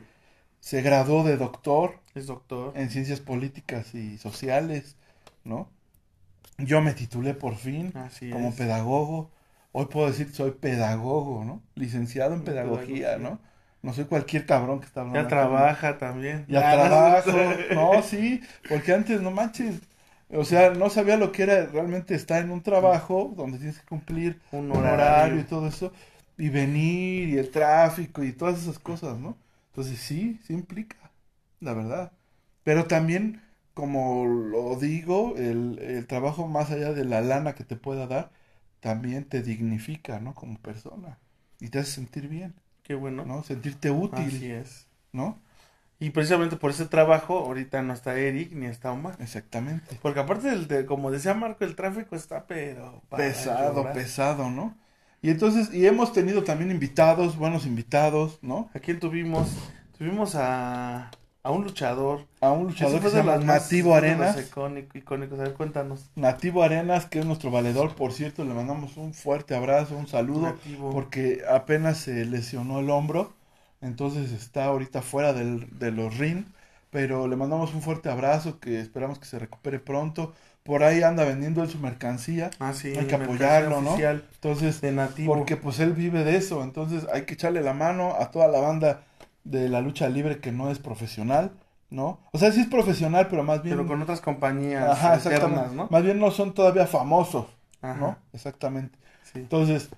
se graduó de doctor Es doctor. en ciencias políticas y sociales, ¿no? Yo me titulé por fin Así como es. pedagogo. Hoy puedo decir que soy pedagogo, ¿no? Licenciado en pedagogía, ¿no? No soy cualquier cabrón que está hablando. Ya aquí. trabaja también. Ya trabajo. No, sí, porque antes no manches. O sea, no sabía lo que era realmente estar en un trabajo donde tienes que cumplir Un un horario y todo eso, y venir, y el tráfico, y todas esas cosas, ¿no? Entonces sí implica, la verdad. Pero también, como lo digo, el trabajo más allá de la lana que te pueda dar, también te dignifica, ¿no? Como persona. Y te hace sentir bien, Qué bueno. ¿no? Sentirte útil, Así es. ¿no? Y precisamente por ese trabajo, ahorita no está Eric ni está Omar. Exactamente. Porque aparte, como decía Marco, el tráfico está, pero... para llorar. Pesado, ¿no? Y entonces, y hemos tenido también invitados, buenos invitados, ¿no? ¿A quién tuvimos? Tuvimos a un luchador. A un luchador Ese que fue se de llama los más- Nativo fue de los Arenas. icónicos. A ver, cuéntanos. Nativo Arenas, que es nuestro valedor, por cierto, le mandamos un fuerte abrazo, un saludo, Nativo. porque apenas se lesionó el hombro, entonces está ahorita fuera de los ring, pero le mandamos un fuerte abrazo, que esperamos que se recupere pronto. Por ahí anda vendiendo él su mercancía, Ah, sí. hay que mercancía apoyarlo, ¿no? oficial Entonces, de Nativo. porque pues él vive de eso, entonces hay que echarle la mano a toda la banda de la lucha libre que no es profesional, ¿no? O sea, sí es profesional, pero más bien... Pero con otras compañías Ajá, alternas, exactamente. ¿no? Más bien no son todavía famosos, Ajá. ¿no? Exactamente. Sí. Entonces,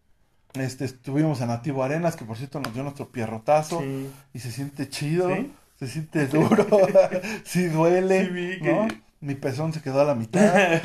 estuvimos a Nativo Arenas, que por cierto nos dio nuestro pierrotazo Sí. y se siente chido. ¿Sí? se siente duro, sí duele, Sí, vi ¿no? que- Mi pezón se quedó a la mitad.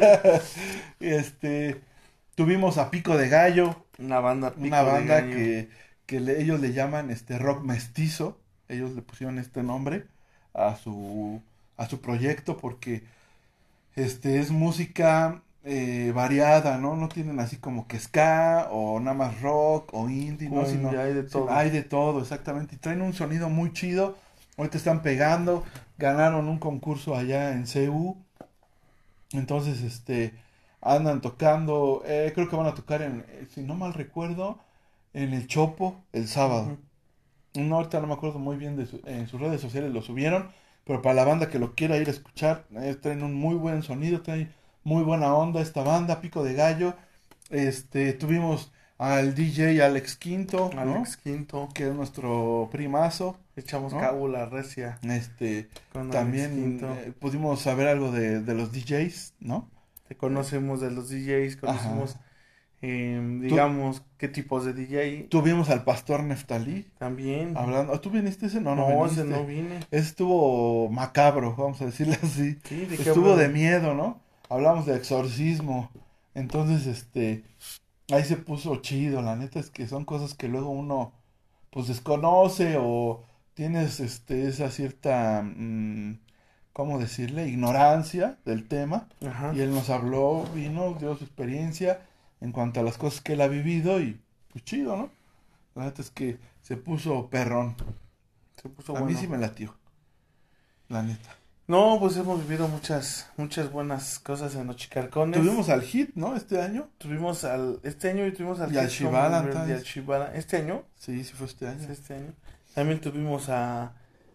Tuvimos a Pico de Gallo, Una banda Pico una de banda Gallo. ellos le llaman rock mestizo. Ellos le pusieron este nombre a su proyecto porque es música variada, ¿no? No tienen así como que ska o nada más rock o indie, ¿no? Cumbia, hay de todo. Hay de todo, exactamente. Y traen un sonido muy chido. Ahorita están pegando. Ganaron un concurso allá en CU. Entonces, andan tocando. Creo que van a tocar si no mal recuerdo, en el Chopo el sábado. No, ahorita no me acuerdo muy bien en sus redes sociales lo subieron, pero para la banda que lo quiera ir a escuchar, traen un muy buen sonido, traen muy buena onda esta banda, Pico de Gallo. Tuvimos al DJ Alex Quinto, ¿no? Alex Quinto. Que es nuestro primazo. Echamos ¿no? cábula recia. Con Alex También Quinto. pudimos saber algo de los DJs, ¿no? Te conocemos de los DJs, conocemos, digamos, qué tipos de DJ. Tuvimos al pastor Neftalí También. hablando. ¿Tú viniste ese? No, no No, viniste. ese no vine. Ese estuvo macabro, vamos a decirle así. Sí, ¿de qué Estuvo hablan? de miedo, ¿no? Hablamos de exorcismo. Entonces, ahí se puso chido. La neta es que son cosas que luego uno, pues, desconoce o tienes, esa cierta, ¿cómo decirle? Ignorancia del tema. Ajá. Y él nos habló, vino, dio su experiencia en cuanto a las cosas que él ha vivido y, pues, chido, ¿no? La neta es que se puso perrón. Se puso A bueno. mí sí me latió. La neta. No, pues hemos vivido muchas buenas cosas en los Chicarcones. Tuvimos al Hit, ¿no? Este año. Tuvimos este año y tuvimos al Y al Hit Shibala, Song entonces. y al Shibala. ¿Este año? Sí, sí fue este año. Sí, este año. También tuvimos a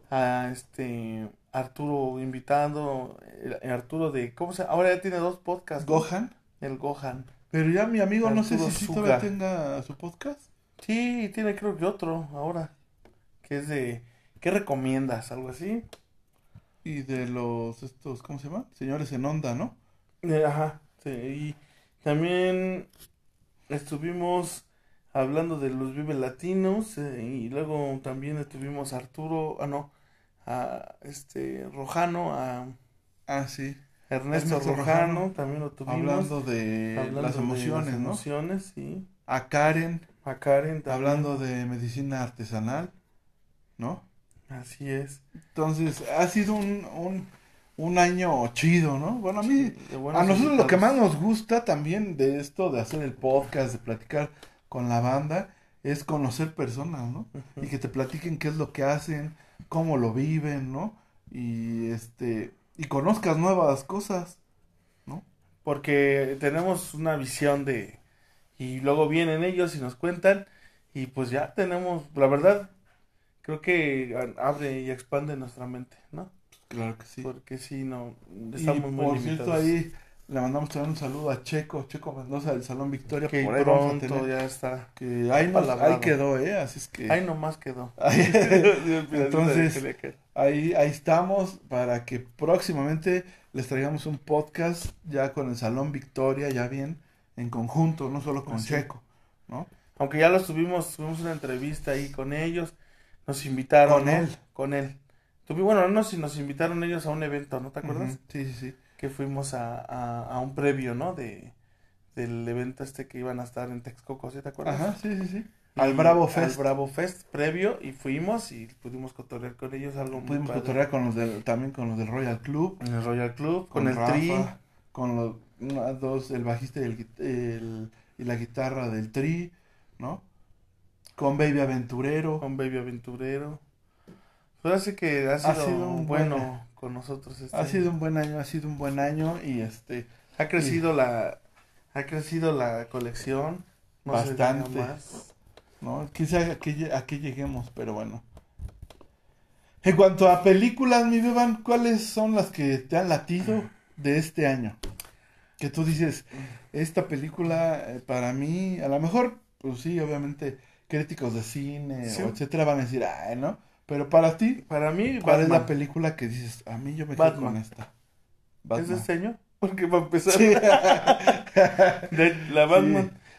Arturo invitado, Arturo ¿cómo se llama? Ahora ya tiene 2 podcasts, ¿no? Gohan. El Gohan. Pero ya mi amigo, no sé Arturo si Zuga. todavía tenga su podcast. Sí, tiene creo que otro ahora, que es de, ¿qué recomiendas? Algo así. Y de ¿cómo se llama? Señores en Onda, ¿no? Ajá, sí, y también estuvimos hablando de los Vive Latinos, y luego también estuvimos a Rojano, a Ah, sí. Ernesto Ernesto Rojano, Rojano, también lo tuvimos. Hablando de Hablando las de emociones, las ¿no? emociones, sí. A Karen, A Karen también. hablando de medicina artesanal, ¿no? Así es. Entonces, ha sido un año chido, ¿no? Bueno, a mí, De buenos a nosotros lo que más invitados. nos gusta también de esto, de hacer el podcast, de platicar con la banda, es conocer personas, ¿no? Ujú. Y que te platiquen qué es lo que hacen, cómo lo viven, ¿no? Y conozcas nuevas cosas, ¿no? Porque tenemos una visión y luego vienen ellos y nos cuentan, y pues ya tenemos, la verdad, creo que abre y expande nuestra mente, ¿no? Claro que sí. Porque si no, Y estamos muy por limitados. cierto, ahí le mandamos también un saludo a Checo Mendoza del Salón Victoria, Que por ahí vamos a pronto tener, ya está. que ahí palabrado. quedó, así es que... Ahí nomás quedó. Entonces, ahí estamos para que próximamente les traigamos un podcast ya con el Salón Victoria, ya bien, en conjunto, no solo con Así. Checo, ¿no? Aunque ya tuvimos una entrevista ahí con ellos, nos invitaron. Con ¿no? él. Con él. Bueno, no, si nos invitaron ellos a un evento, ¿no te acuerdas? Ujú, sí, sí, sí. Que fuimos a un previo, ¿no? Del evento que iban a estar en Texcoco, ¿sí te acuerdas? Ajá, sí, sí, sí. Y Al Bravo Fest. Al Bravo Fest previo, y fuimos y pudimos cotorrear con ellos algo muy Pudimos padre. cotorrear también con los del Royal Club, En el Royal Club, con el Rafa, Tri. con el bajista y la guitarra del Tri, ¿no? Con Baby Aventurero. Con Baby Aventurero. Pues así que ha sido un bueno buen- con nosotros este Ha año. sido un buen año y Ha crecido la colección. No se diga Bastante. más. ¿no? Quizá a qué lleguemos, pero bueno. En cuanto a películas, mi Beban, ¿cuáles son las que te han latido de este año? Que tú dices, esta película para mí, a lo mejor, pues sí, obviamente, críticos de cine Sí. o etcétera van a decir, ay, ¿no? Pero para ti, Para mí, ¿cuál es la Batman. película que dices, a mí yo me quedo Batman. con esta? ¿Es Batman. de este año? Porque va a empezar Sí. la Batman.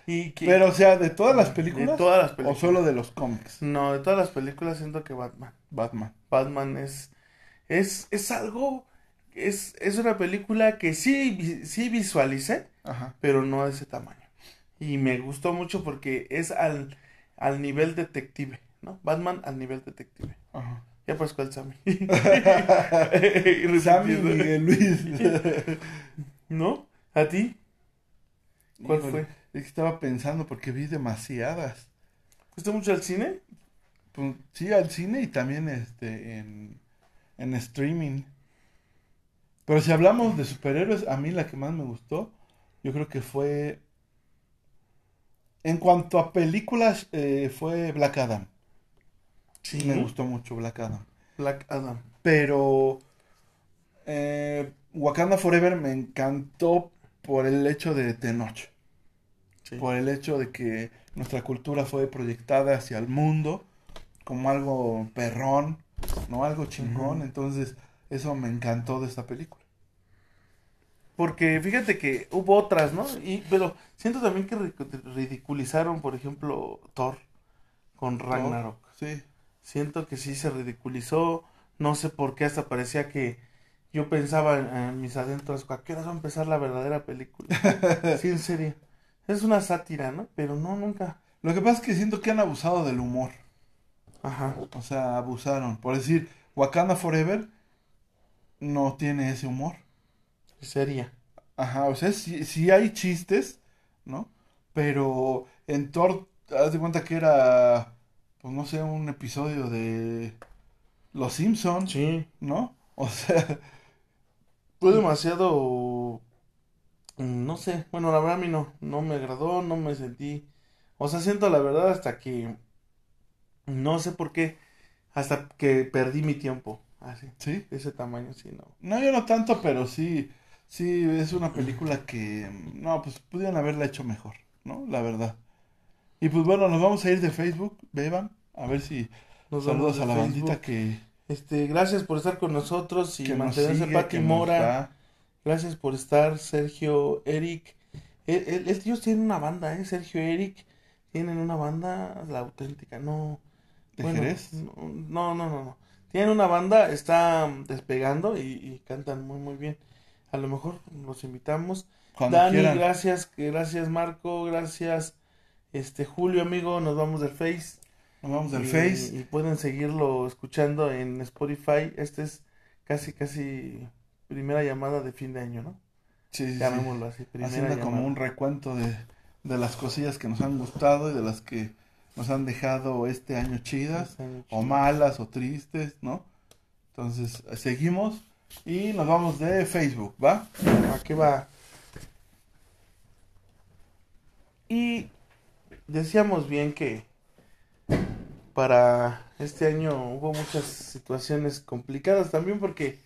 Pero, o sea, ¿de todas las películas? De todas las películas. ¿O solo de los cómics? No, de todas las películas siento que Batman. Batman es algo, es una película que sí visualicé, Ajá. pero no de ese tamaño. Y me gustó mucho porque es al nivel detective, ¿no? Batman al nivel detective. Ajá. Ya parezco el Sammy. Sammy Miguel Luis. ¿No? ¿A ti? ¿Cuál Híjole, fue? Es que estaba pensando porque vi demasiadas. ¿Fuiste mucho al cine? Pues, sí, al cine y también en streaming. Pero si hablamos de superhéroes, a mí la que más me gustó, yo creo que fue... En cuanto a películas, fue Black Adam. Sí. Me gustó mucho Black Adam. Black Adam. Pero Wakanda Forever me encantó por el hecho de Tenoch. Sí. Por el hecho de que nuestra cultura fue proyectada hacia el mundo como algo perrón, ¿no? Algo chingón. Ujú. Entonces, eso me encantó de esta película. Porque fíjate que hubo otras, ¿no? Pero siento también que ridiculizaron, por ejemplo, Thor con Ragnarok. Sí. Siento que sí se ridiculizó. No sé por qué hasta parecía que yo pensaba en mis adentros, ¿a qué hora va a empezar la verdadera película? Sí, en serio. Es una sátira, ¿no? Pero no, nunca. Lo que pasa es que siento que han abusado del humor. Ajá. O sea, abusaron. Por decir, Wakanda Forever no tiene ese humor. Sería. Ajá, o sea, sí hay chistes, ¿no? Pero en Thor, haz de cuenta que era, pues no sé, un episodio de Los Simpson, Sí. ¿no? O sea, Fue demasiado. No sé. Bueno, la verdad a mí no me agradó, no me sentí. O sea, siento la verdad hasta que. No sé por qué. Hasta que perdí mi tiempo. Así. sí. De ese tamaño, sí, no. No, yo no tanto, pero sí, es una película que, no, pues pudieron haberla hecho mejor, ¿no? La verdad. Y pues bueno, nos vamos a ir de Facebook, beban, a ver si Nos saludos vamos de a la bandita Facebook. Gracias por estar con nosotros y que nos mantenerse sigue, Pati que nos Mora. da. Gracias por estar, Sergio, Eric. Ellos tienen una banda, Sergio, Eric. Tienen una banda, la auténtica, no. ¿De Bueno, Jerez? no. Tienen una banda, está despegando y cantan muy, muy bien. A lo mejor los invitamos. Cuando Dani, quieran. gracias Marco, gracias Julio, amigo, nos vamos del Face. Nos vamos del Face. Y pueden seguirlo escuchando en Spotify. Este es casi primera llamada de fin de año, ¿no? Sí. Llamémoslo así, primera Haciendo como llamada. un recuento de las cosillas que nos han gustado y de las que nos han dejado este año chidas, Este año o chido. malas, o tristes, ¿no? Entonces, seguimos y nos vamos de Facebook, ¿va? ¿A qué va? Y decíamos bien que para este año hubo muchas situaciones complicadas también porque,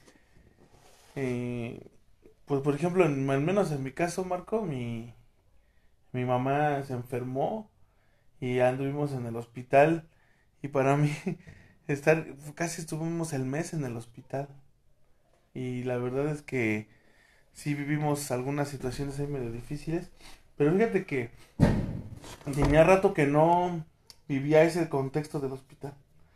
pues por ejemplo, al menos en mi caso, Marco, mi mamá se enfermó y anduvimos en el hospital y para mí casi estuvimos el mes en el hospital y la verdad es que sí vivimos algunas situaciones ahí medio difíciles, pero fíjate que tenía rato que no vivía ese contexto del hospital.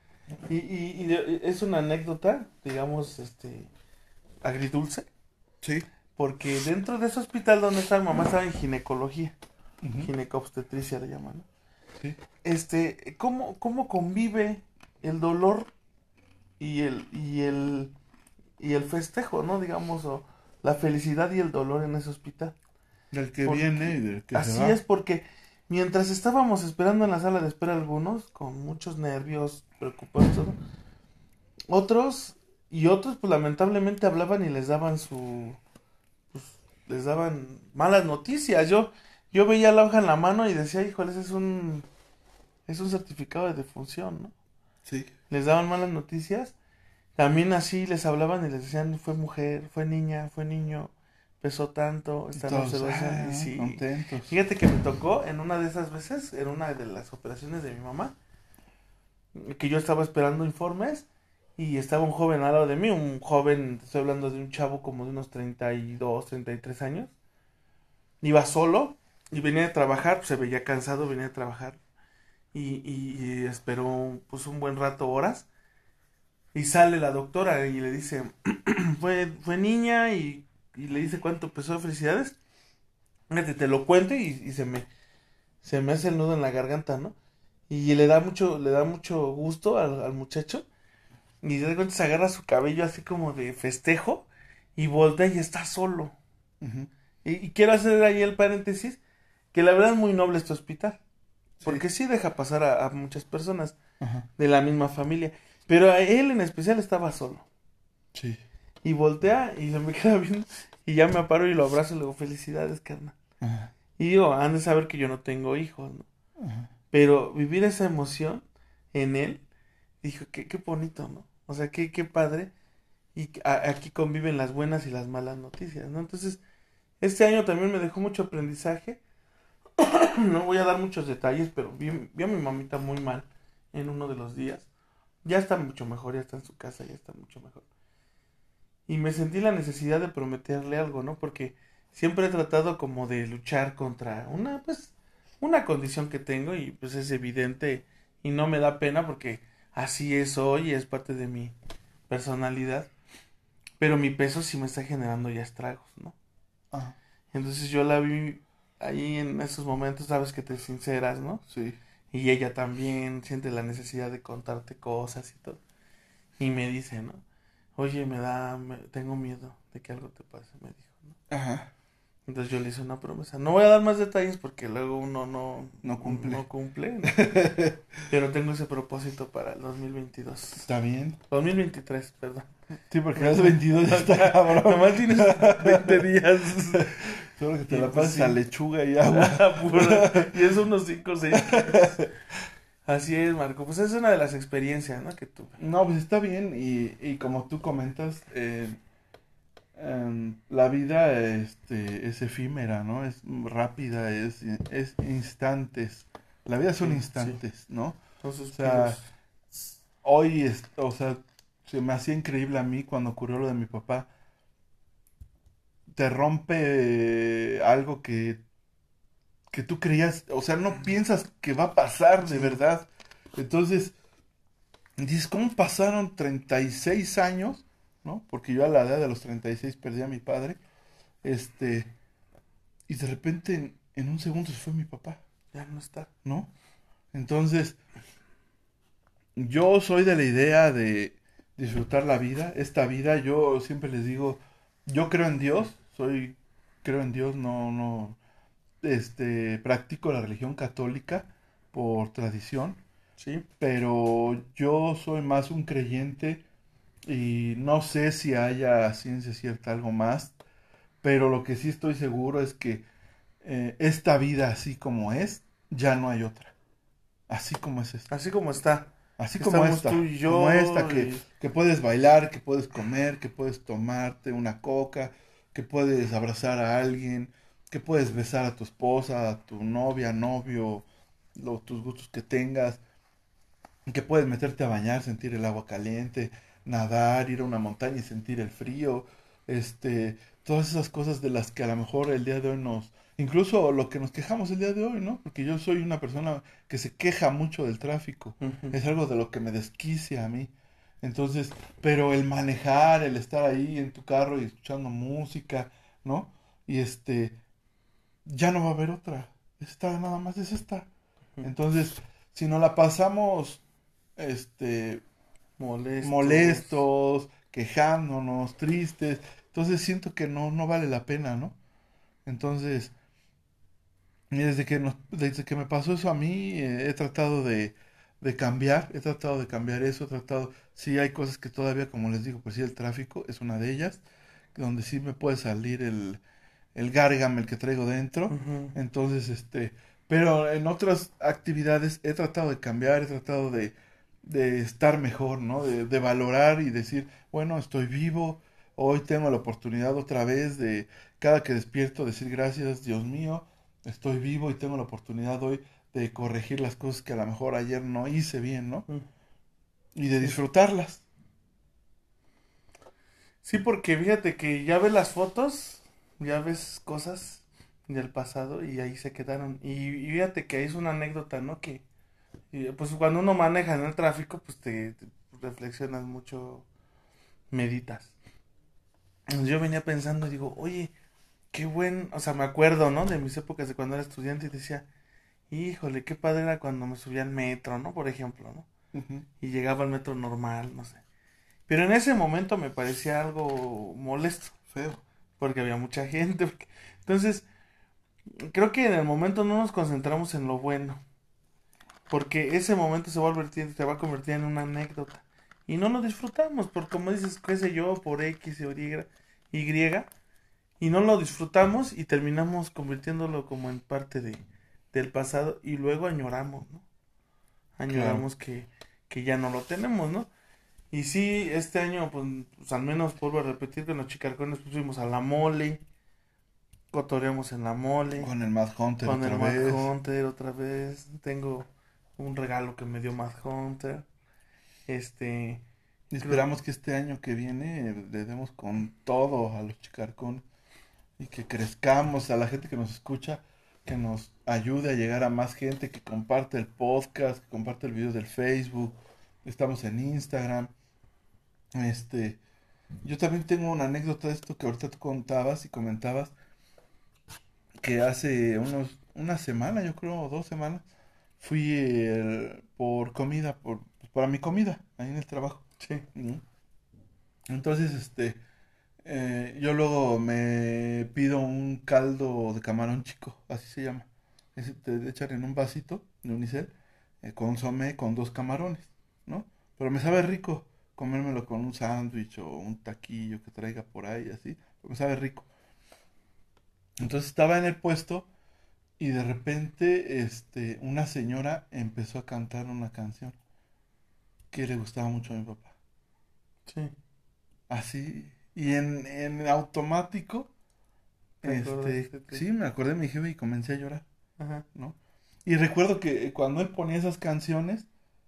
Es una anécdota, digamos, agridulce, Sí. porque dentro de ese hospital donde estaba mi mamá estaba en ginecología, Ujú. ginecobstetricia le llaman, ¿no? Sí. ¿Cómo convive el dolor y el festejo, ¿no? Digamos, o la felicidad y el dolor en ese hospital. Del que Porque viene y del que así se va. es, porque mientras estábamos esperando en la sala de espera algunos, con muchos nervios, preocupados, todo, otros pues lamentablemente hablaban y les daban les daban malas noticias. Yo veía la hoja en la mano y decía, híjole, ese es un certificado de defunción, ¿no? Sí. Les daban malas noticias. También así les hablaban y les decían, fue mujer, fue niña, fue niño, pesó tanto, está en Todos, observación. Y sí, contentos. fíjate que me tocó en una de esas veces, en una de las operaciones de mi mamá, que yo estaba esperando informes y estaba un joven al lado de mí, un joven, estoy hablando de un chavo como de unos 32, 33 años. Iba solo Y venía de trabajar, pues se veía cansado, venía de trabajar. Y esperó pues un buen rato, horas. Y sale la doctora y le dice, fue niña y le dice cuánto pesó de felicidades. Fíjate, te lo cuento y se me hace el nudo en la garganta, ¿no? Y le da mucho gusto al muchacho. Y de repente se agarra su cabello así como de festejo y voltea y está solo. Ujú. Y quiero hacer ahí el paréntesis, que la verdad es muy noble este hospital. Sí. Porque sí deja pasar a muchas personas Ajá. de la misma familia. Pero a él en especial estaba solo. Sí. Y voltea y se me queda viendo. Y ya me aparo y lo abrazo y le digo, felicidades, carnal. Ajá. Y digo, han de saber que yo no tengo hijos, ¿no? Ajá. Pero vivir esa emoción en él, dijo, qué bonito, ¿no? O sea, qué padre. Y aquí conviven las buenas y las malas noticias, ¿no? Entonces, este año también me dejó mucho aprendizaje. No voy a dar muchos detalles, pero vi a mi mamita muy mal en uno de los días. Ya está mucho mejor, ya está en su casa, ya está mucho mejor. Y me sentí la necesidad de prometerle algo, ¿no? Porque siempre he tratado como de luchar contra una condición que tengo y pues es evidente y no me da pena porque así es hoy y es parte de mi personalidad. Pero mi peso sí me está generando ya estragos, ¿no? Ajá. Entonces yo la vi ahí en esos momentos, sabes que te sinceras, ¿no? Sí. Y ella también siente la necesidad de contarte cosas y todo. Y me dice, ¿no? Oye, tengo miedo de que algo te pase, me dijo, ¿no? Ajá. Entonces yo le hice una promesa. No voy a dar más detalles porque luego uno No cumple. no cumple, ¿no? Pero tengo ese propósito para el 2022. Está bien. 2023, perdón. Sí, porque las 22 ya está cabrón. Nomás tienes 20 días. Solo que te Y la pues pasas sí. a lechuga y agua. Y es unos 5 o 6 Así es, Marco. Pues es una de las experiencias, ¿no? Que tuve. No, pues está bien. Y como tú comentas, la vida es efímera, ¿no? Es rápida, es instantes. La vida son Sí, instantes, ¿no? Son O sea, suspiros. hoy, o sea, se me hacía increíble a mí cuando ocurrió lo de mi papá. Te rompe algo que tú creías, o sea, no piensas que va a pasar de Sí. verdad. Entonces, dices, ¿cómo pasaron 36 años? ¿No? Porque yo a la edad de los 36 perdí a mi padre. Y de repente en un segundo se fue mi papá, Ya no está. ¿no? Entonces, yo soy de la idea de disfrutar la vida, esta vida. Yo siempre les digo, yo creo en Dios, creo en Dios, no, practico la religión católica por tradición, Sí. pero yo soy más un creyente y no sé si haya ciencia cierta algo más, pero lo que sí estoy seguro es que esta vida así como es, ya no hay otra, así como es esta. Así como está. Así Estamos tú y como esta, yo. que puedes bailar, que puedes comer, que puedes tomarte una coca, que puedes abrazar a alguien, que puedes besar a tu esposa, a tu novia, novio, tus gustos que tengas, que puedes meterte a bañar, sentir el agua caliente, nadar, ir a una montaña y sentir el frío, todas esas cosas de las que a lo mejor el día de hoy incluso lo que nos quejamos el día de hoy, ¿no? Porque yo soy una persona que se queja mucho del tráfico, Ujú. es algo de lo que me desquicia a mí. Entonces, pero el manejar, el estar ahí en tu carro y escuchando música, ¿no? Y ya no va a haber otra. Esta nada más es esta. Ujú. Entonces, si no la pasamos molestos, quejándonos, tristes, entonces siento que no vale la pena, ¿no? Entonces, y desde que me pasó eso a mí, he tratado de cambiar, he tratado de cambiar eso, sí hay cosas que todavía, como les digo, pues sí, el tráfico es una de ellas, donde sí me puede salir el gárgame, el que traigo dentro. Ujú. Entonces, pero en otras actividades he tratado de cambiar, he tratado de estar mejor, ¿no? De valorar y decir, bueno, estoy vivo, hoy tengo la oportunidad otra vez de, cada que despierto, decir gracias, Dios mío, estoy vivo y tengo la oportunidad hoy de corregir las cosas que a lo mejor ayer no hice bien, ¿no? Mm. Y de Sí. disfrutarlas. Sí, porque fíjate que ya ves las fotos, ya ves cosas del pasado y ahí se quedaron. Y fíjate que es una anécdota, ¿no? Que pues cuando uno maneja en el tráfico, pues te reflexionas mucho, meditas. Yo venía pensando y digo, oye, qué buen, o sea, me acuerdo, ¿no? De mis épocas de cuando era estudiante y decía, híjole, qué padre era cuando me subía al metro, ¿no? Por ejemplo, ¿no? Ujú. Y llegaba al metro normal, no sé. Pero en ese momento me parecía algo molesto, Feo. porque había mucha gente. Entonces, creo que en el momento no nos concentramos en lo bueno, porque ese momento se va a convertir en una anécdota. Y no lo disfrutamos, por como dices, qué sé yo, por X o Y, y no lo disfrutamos y terminamos convirtiéndolo como en parte del pasado y luego añoramos, ¿no? Claro. Añoramos que ya no lo tenemos, ¿no? Y sí, este año, pues al menos vuelvo a repetir que en los chicarcones pues, fuimos a la mole, cotoreamos en la mole, Con el Mad Hunter con el otra Mad vez. Hunter otra vez, tengo un regalo que me dio Mad Hunter, este, Y creo, esperamos que este año que viene le demos con todo a los chicarcones y que crezcamos, a la gente que nos escucha, que nos ayude a llegar a más gente, que comparte el podcast, que comparte el video del Facebook. Estamos en Instagram. Este, yo también tengo una anécdota de esto que ahorita tú contabas y comentabas que hace una semana, yo creo, o 2 semanas, fui por comida, pues, para mi comida, ahí en el trabajo. sí, ¿No? Entonces, yo luego me pido un caldo de camarón chico, así se llama. Ese te echan en un vasito de unicel, consomé con 2 camarones, ¿no? Pero me sabe rico comérmelo con un sándwich o un taquillo que traiga por ahí, así. Me sabe rico. Entonces estaba en el puesto y de repente, una señora empezó a cantar una canción que le gustaba mucho a mi papá. sí, Así, y en automático, te acordaste tú, sí, me acordé de mi jefe y comencé a llorar, ajá, ¿no? Y recuerdo que cuando él ponía esas canciones,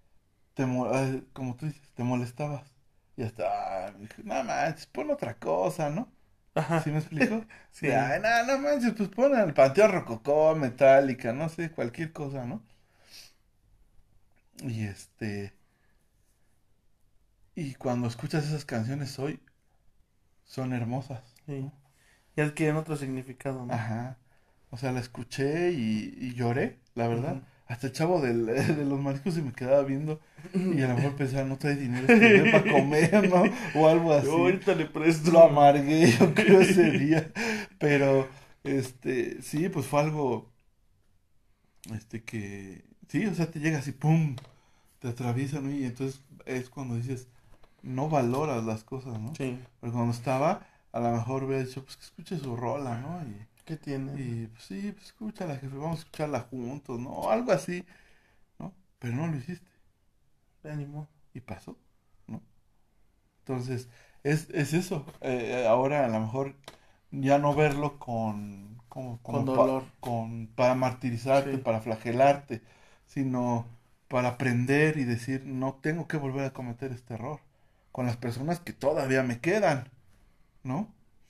como tú dices, te molestabas. Y hasta, dije, no manches, pon otra cosa, ¿no? ¿Sí ajá, me explico? De, sí, ay, no, no manches, pues pon el Panteón Rococó, Metallica, no sé, cualquier cosa, ¿no? Y y cuando escuchas esas canciones hoy, son hermosas, sí, ¿no? y adquieren otro significado, ¿no? Ajá. O sea, la escuché y lloré, la verdad. Ujú. Hasta el chavo de los mariscos se me quedaba viendo y a lo mejor pensaba, no trae dinero este güey para comer, ¿no? O algo Yo así. ahorita le presto. Lo amargué, yo creo, ese día. Pero, sí, pues fue algo, que, sí, o sea, te llega así, ¡pum! Te atraviesa, ¿no? Y entonces es cuando dices, no valoras las cosas, ¿no? Sí, Porque cuando estaba, a lo mejor hubiera dicho, pues que escuche su rola, ¿no? ¿qué tiene? Y pues sí, pues escúchala, jefe, vamos a escucharla juntos, ¿no? Algo así, ¿no? Pero no lo hiciste Ánimo. y pasó, ¿no? Entonces, es eso. Ahora a lo mejor ya no verlo Con dolor. para martirizarte, Sí. para flagelarte, sino para aprender y decir, no tengo que volver a cometer este error con las personas que todavía me quedan, ¿no?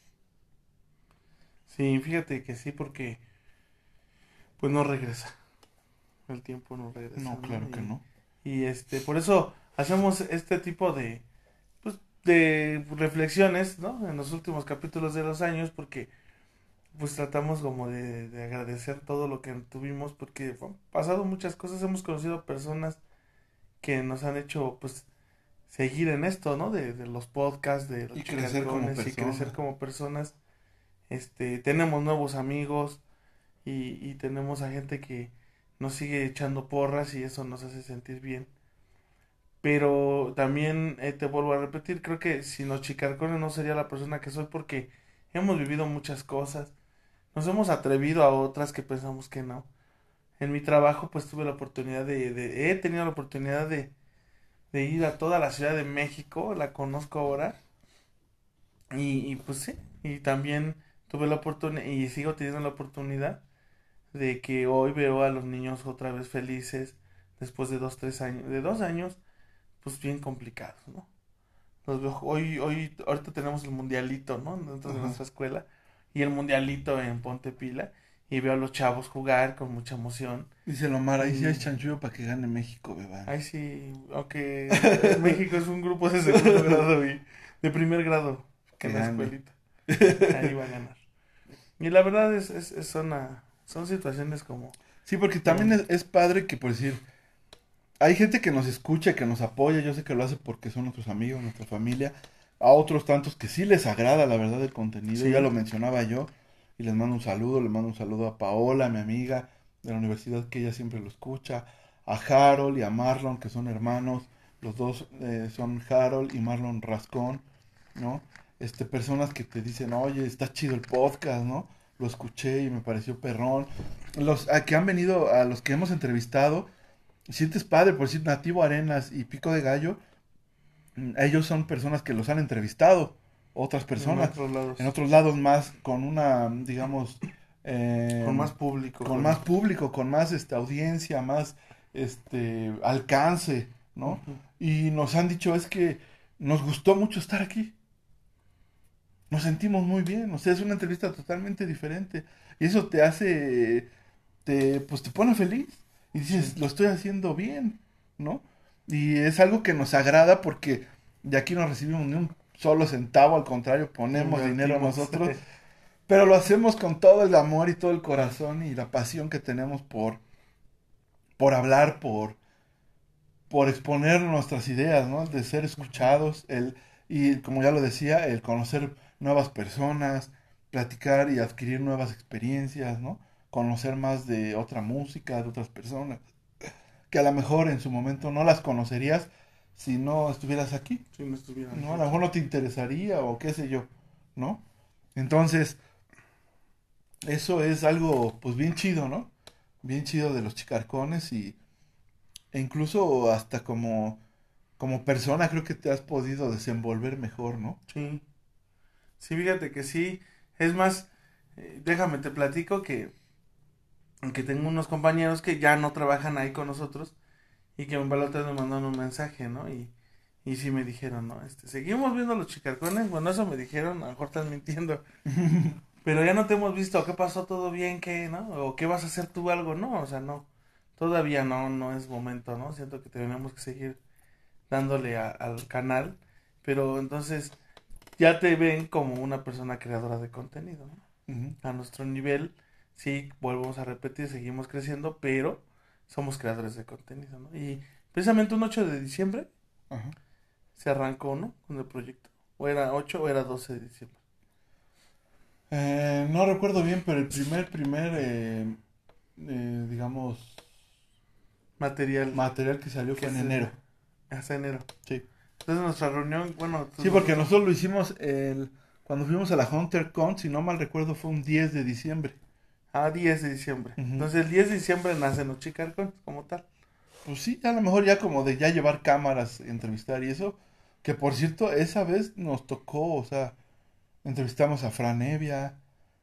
Sí, fíjate que sí, porque pues no regresa. El tiempo no regresa, No, ¿no? claro que no. Por eso hacemos este tipo pues, de reflexiones, ¿no? En los últimos capítulos de los años, porque pues tratamos como de agradecer todo lo que tuvimos, porque han pasado muchas cosas, hemos conocido personas que nos han hecho, pues, seguir en esto, ¿no? De los podcasts, de los Y crecer como chicarcones y crecer persona. como personas. Tenemos nuevos amigos y tenemos a gente que nos sigue echando porras y eso nos hace sentir bien. Pero también te vuelvo a repetir, creo que sin los chicarcones no sería la persona que soy porque hemos vivido muchas cosas, nos hemos atrevido a otras que pensamos que no. En mi trabajo pues tuve la oportunidad he tenido la oportunidad de ir a toda la Ciudad de México, la conozco ahora, pues sí, y también tuve la oportunidad y sigo teniendo la oportunidad de que hoy veo a los niños otra vez felices después de 2, 3 años, de 2 años, pues bien complicados, ¿no? Los veo, ahorita tenemos el mundialito, ¿no? Dentro de Ajá. nuestra escuela y el mundialito en Ponte Pila y veo a los chavos jugar con mucha emoción. Dice Lomar, ahí sí hay chanchullo para que gane México, bebé. Ay, sí, aunque México es un grupo de segundo grado y de primer grado que en la escuelita. Ahí va a ganar. Y la verdad son situaciones como... Sí, porque también es padre que, por decir, hay gente que nos escucha, que nos apoya, yo sé que lo hace porque son nuestros amigos, nuestra familia, a otros tantos que sí les agrada la verdad el contenido, Sí. ya lo mencionaba yo, y les mando un saludo, le mando un saludo a Paola, mi amiga de la universidad, que ella siempre lo escucha, a Harold y a Marlon, que son hermanos, los dos son Harold y Marlon Rascón, ¿no? Personas que te dicen, oye, está chido el podcast, ¿no? Lo escuché y me pareció perrón. Los que han venido, a los que hemos entrevistado, sientes padre, por decir Nativo Arenas y Pico de Gallo, ellos son personas que los han entrevistado, otras personas, en otros lados más, con una, digamos, con más público. con más público, con más audiencia, más alcance, ¿no? Uh-huh. Y nos han dicho, es que nos gustó mucho estar aquí. Nos sentimos muy bien, o sea, es una entrevista totalmente diferente. Y eso te hace, pues te pone feliz. Y dices, Sí. lo estoy haciendo bien, ¿no? Y es algo que nos agrada porque de aquí no recibimos ni un solo centavo, al contrario, ponemos dinero nosotros. Pero lo hacemos con todo el amor y todo el corazón y la pasión que tenemos por hablar, por exponer nuestras ideas, ¿no? De ser escuchados, y como ya lo decía, el conocer nuevas personas, platicar y adquirir nuevas experiencias, ¿no? Conocer más de otra música, de otras personas, que a lo mejor en su momento no las conocerías si no estuvieras aquí. Si no estuvieran. ¿No? A lo mejor no te interesaría o qué sé yo, ¿no? Entonces, eso es algo, pues bien chido, ¿no? Bien chido de los Chicarcones e incluso hasta como persona creo que te has podido desenvolver mejor, ¿no? Sí. Sí, fíjate que sí. Es más, déjame te platico que tengo unos compañeros que ya no trabajan ahí con nosotros y que la otra vez me mandaron un mensaje, ¿no? Y sí me dijeron, ¿no? Seguimos viendo los Chicarcones. Bueno, eso me dijeron, a lo mejor estás mintiendo. Pero ya no te hemos visto. ¿Qué pasó? ¿Todo bien? ¿Qué? ¿No? ¿O qué vas a hacer tú algo? No, o sea, no. Todavía no es momento, ¿no? Siento que tenemos que seguir dándole al canal. Pero entonces ya te ven como una persona creadora de contenido, ¿no? Uh-huh. A nuestro nivel, sí, volvemos a repetir, seguimos creciendo, pero somos creadores de contenido, ¿no? Y precisamente un 8 de diciembre Ajá. se arrancó, ¿no? Con el proyecto. O era 8 o era 12 de diciembre. No recuerdo bien, pero el primer digamos, material que salió fue en enero. Hasta enero. Sí. Entonces nuestra reunión, bueno... Sí, porque nosotros lo hicimos cuando fuimos a la HunterCon, si no mal recuerdo, fue un 10 de diciembre. 10 de diciembre. Uh-huh. Entonces el 10 de diciembre nacen los Chicarcones como tal. Pues sí, a lo mejor ya como de ya llevar cámaras, entrevistar y eso. Que por cierto, esa vez nos tocó, o sea, entrevistamos a Fran Evia,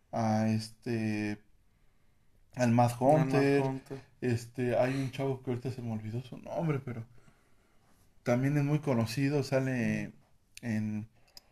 al Mad Hunter. Hay un chavo que ahorita se me olvidó su nombre, pero también es muy conocido, sale en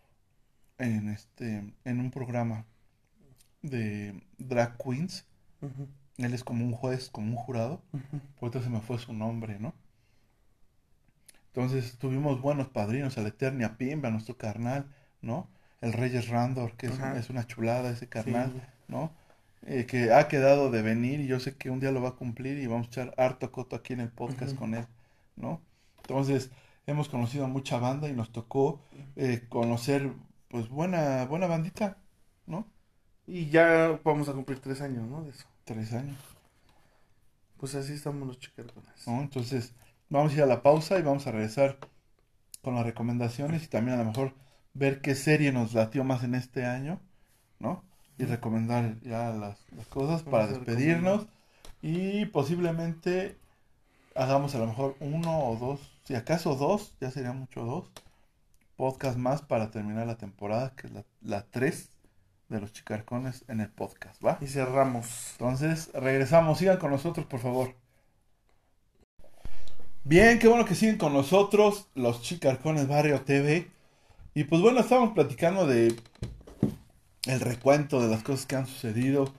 un programa de drag queens. Uh-huh. Él es como un juez, como un jurado. Uh-huh. Por eso se me fue su nombre, ¿no? Entonces tuvimos buenos padrinos, a la Eternia Pimba, nuestro carnal, ¿no? El Reyes Randor, que es una chulada ese carnal, sí. ¿No? Que ha quedado de venir y yo sé que un día lo va a cumplir y vamos a echar harto coto aquí en el podcast con él, ¿no? Entonces hemos conocido a mucha banda y nos tocó conocer, pues, buena bandita, ¿no? Y ya vamos a cumplir 3 años, ¿no? De eso. 3 años. Pues así estamos los Chicarcones. ¿No? Entonces vamos a ir a la pausa y vamos a regresar con las recomendaciones y también a lo mejor ver qué serie nos latió más en este año, ¿no? Y recomendar ya las cosas para despedirnos y posiblemente hagamos a lo mejor 1 o 2, si acaso 2, ya sería mucho 2 podcast más para terminar la temporada, que es la 3 de los Chicarcones en el podcast, ¿va? Y cerramos. Entonces regresamos, sigan con nosotros por favor. Bien, qué bueno que siguen con nosotros los Chicarcones Barrio TV. Y pues bueno, estábamos platicando de el recuento de las cosas que han sucedido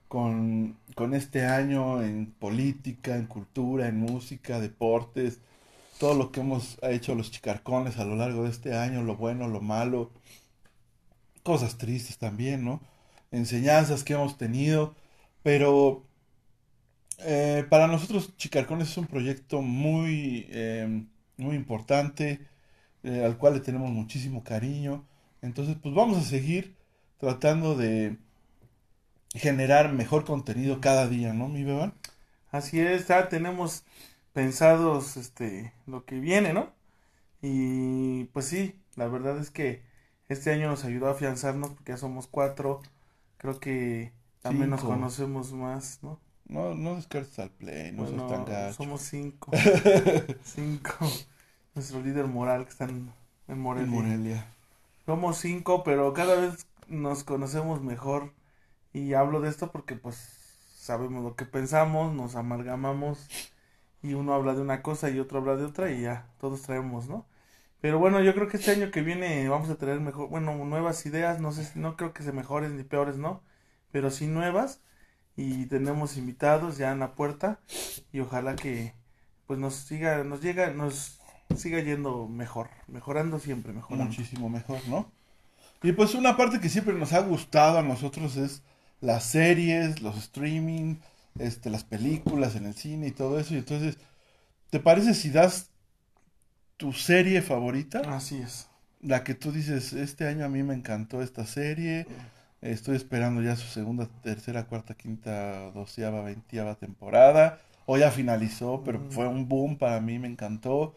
con este año en política, en cultura, en música, deportes, todo lo que hemos hecho los chicarcones a lo largo de este año, lo bueno, lo malo, cosas tristes también, ¿no? Enseñanzas que hemos tenido, pero para nosotros Chicarcones es un proyecto muy importante, al cual le tenemos muchísimo cariño. Entonces, pues vamos a seguir tratando de generar mejor contenido cada día, ¿no, mi bebé? Así es, ya tenemos pensados lo que viene, ¿no? Y pues sí, la verdad es que este año nos ayudó a afianzarnos porque ya somos 4, creo que también nos 5. conocemos más, ¿no? No descartes al play, no seas tan Bueno, gacho. somos 5, 5, nuestro líder moral que está en En Morelia. Morelia. Somos 5, pero cada vez nos conocemos mejor y hablo de esto porque pues sabemos lo que pensamos, nos amalgamamos y uno habla de una cosa y otro habla de otra y ya, todos traemos, ¿no? Pero bueno, yo creo que este año que viene vamos a tener mejor, bueno, nuevas ideas, no sé, no creo que se mejores ni peores, ¿no? Pero sí nuevas y tenemos invitados ya en la puerta y ojalá que pues nos siga yendo mejor, mejorando siempre, mejorando. Muchísimo mejor, ¿no? Y pues una parte que siempre nos ha gustado a nosotros es las series, los streaming, las películas en el cine y todo eso. Y entonces, ¿te parece si das tu serie favorita? Así es. La que tú dices, este año a mí me encantó esta serie, estoy esperando ya su segunda, tercera, cuarta, quinta, 12ª, 20ª temporada, o ya finalizó, pero fue un boom para mí, me encantó.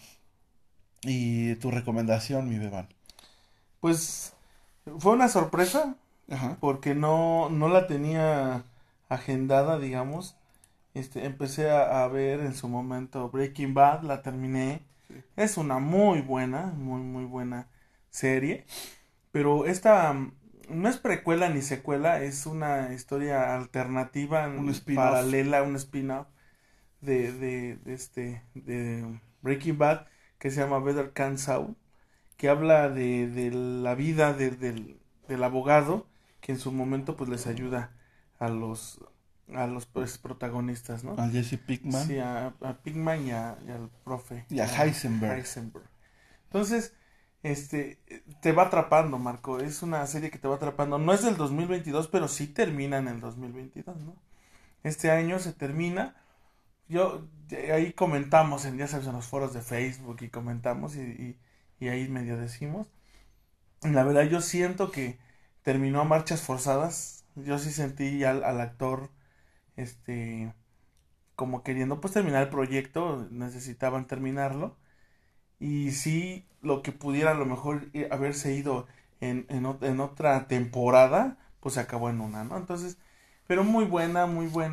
Y tu recomendación, mi Beban. Pues fue una sorpresa Ajá. porque no la tenía agendada, digamos. Empecé a ver en su momento Breaking Bad, la terminé. Sí. Es una muy buena, muy buena serie. Pero esta no es precuela ni secuela, es una historia alternativa, Un spin-off. paralela, un spin-off de Breaking Bad que se llama Better Call Saul, que habla de la vida del abogado que en su momento pues les ayuda a los pues, protagonistas, ¿no? A Jesse Pinkman. Sí, a Pinkman y al profe. Y a Heisenberg. Heisenberg. Entonces, te va atrapando, Marco. Es una serie que te va atrapando. No es del 2022, pero sí termina en el 2022, ¿no? Este año se termina. Ahí comentamos, ya sabes, en los foros de Facebook y comentamos y ahí medio decimos. La verdad, yo siento que terminó a marchas forzadas. Yo sí sentí al actor, como queriendo pues terminar el proyecto, necesitaban terminarlo. Y sí, lo que pudiera a lo mejor haberse ido en otra temporada, pues se acabó en una, ¿no? Entonces, pero muy buena,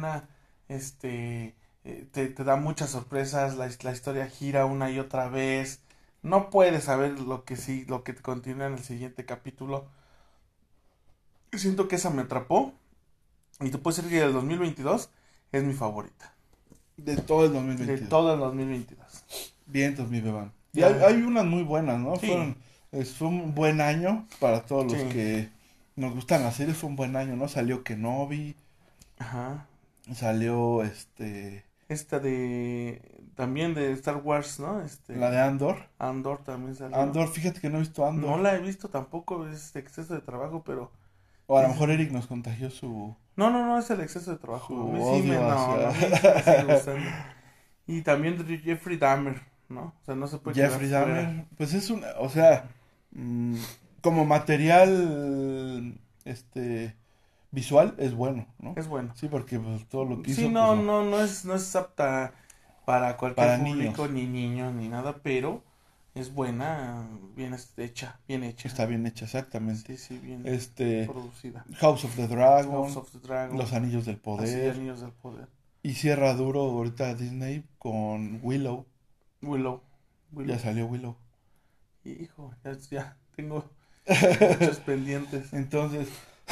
te da muchas sorpresas, la historia gira una y otra vez, no puedes saber lo que continúa en el siguiente capítulo. Siento que esa me atrapó, y te puedo decir que el 2022 es mi favorita. De todo el 2022. De todo el 2022. Vientos, mi Beban. Y Ya. hay unas muy buenas, ¿no? Sí. Fue un buen año para todos los Sí. que nos gustan las series, fue un buen año, ¿no? Salió Kenobi, Ajá. salió Esta también de Star Wars, ¿no? la de Andor. Andor también salió. Andor, fíjate que no he visto Andor. No la he visto tampoco, es exceso de trabajo, pero... O a lo mejor Eric nos contagió su... No, es el exceso de trabajo. Su A mí sí odio a hacia- mí sí me sigue gustando. Y también de Jeffrey Dahmer, ¿no? O sea, no se puede Jeffrey quedar fuera. Dahmer, pues es o sea, como material, visual es bueno, ¿no? Es bueno. Sí, porque pues, todo lo que Sí, hizo, no, pues, no es apta para cualquier Para público, niños. ni niños, ni nada, pero es buena, bien hecha. está bien hecha, exactamente. Sí, bien producida. House of the Dragon, House of the Dragon, Los Anillos del así, Poder, Anillos del Poder. y cierra duro ahorita Disney con Willow. Willow. Ya salió Willow. Hijo, ya tengo muchos pendientes. Entonces,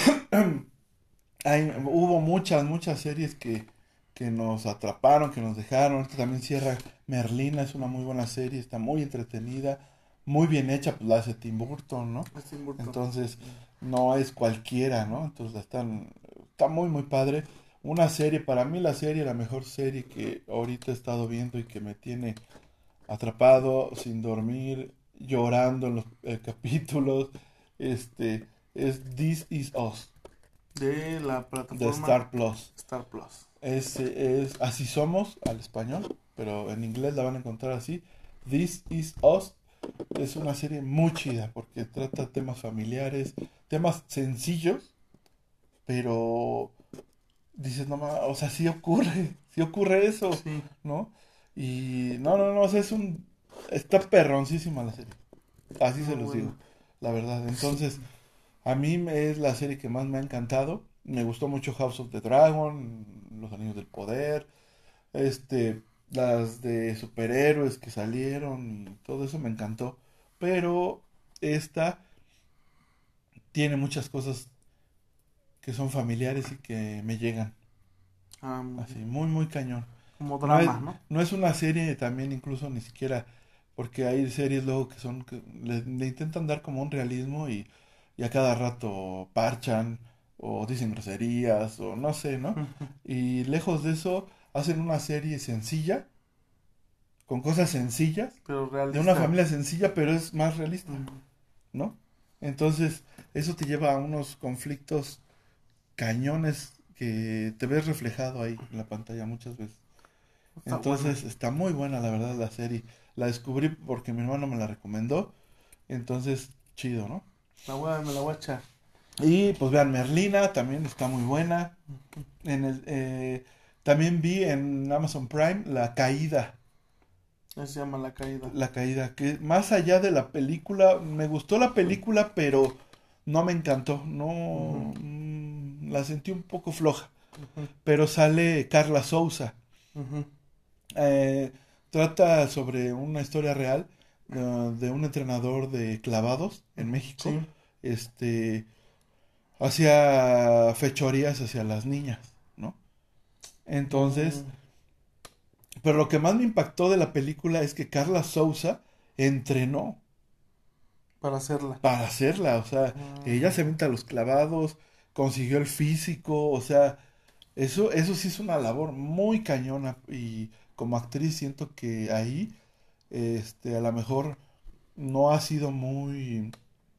hubo muchas series que nos atraparon, que nos dejaron. Esta también cierra Merlina, es una muy buena serie, está muy entretenida, muy bien hecha, pues la hace Tim Burton, ¿no? Es Tim Burton. Entonces, no es cualquiera, ¿no? Entonces está muy, muy padre. Una serie, para mí la mejor serie que ahorita he estado viendo y que me tiene atrapado, sin dormir, llorando en los capítulos, es This Is Us, De la de plataforma Star Plus. Star Plus. Es Así Somos al español, pero en inglés la van a encontrar así. This Is Us es una serie muy chida porque trata temas familiares, temas sencillos, pero dices, no, o sea, sí ocurre eso, Sí. ¿no? Y no, o sea, está perroncísima la serie, así se Muy los bueno. digo, la verdad. Entonces, a mí es la serie que más me ha encantado. Me gustó mucho House of the Dragon, Los Anillos del Poder, este, las de superhéroes que salieron y todo eso me encantó. Pero esta tiene muchas cosas que son familiares y que me llegan. Muy Así, bien. muy, muy cañón. Como No es, drama, ¿no? no es una serie también incluso ni siquiera, porque hay series luego que le intentan dar como un realismo y a cada rato parchan o dicen groserías o no sé, ¿no? Y lejos de eso, hacen una serie sencilla, con cosas sencillas, Pero de una realista. familia sencilla, pero es más realista, Ujú. ¿no? Entonces, eso te lleva a unos conflictos cañones que te ves reflejado ahí en la pantalla muchas veces. Está Entonces, buena. está muy buena la verdad la serie. La descubrí porque mi hermano me la recomendó. Entonces, chido, ¿no? Me la voy a echar. Y pues vean, Merlina también está muy buena. También vi en Amazon Prime La Caída. Esa se llama La Caída. La Caída, que más allá de la película, me gustó la película, pero no me encantó. No, Ujú, la sentí un poco floja. ujú, Pero sale Carla Souza. ujú. Eh, Trata sobre una historia real de un entrenador de clavados en México. Sí. Este hacía fechorías hacia las niñas, ¿no? Entonces, Mm, pero lo que más me impactó de la película es que Carla Souza entrenó para hacerla. para hacerla, o sea, ella se avienta los clavados, consiguió el físico, o sea, eso sí es una labor muy cañona y como actriz siento que ahí, a lo mejor no ha sido muy,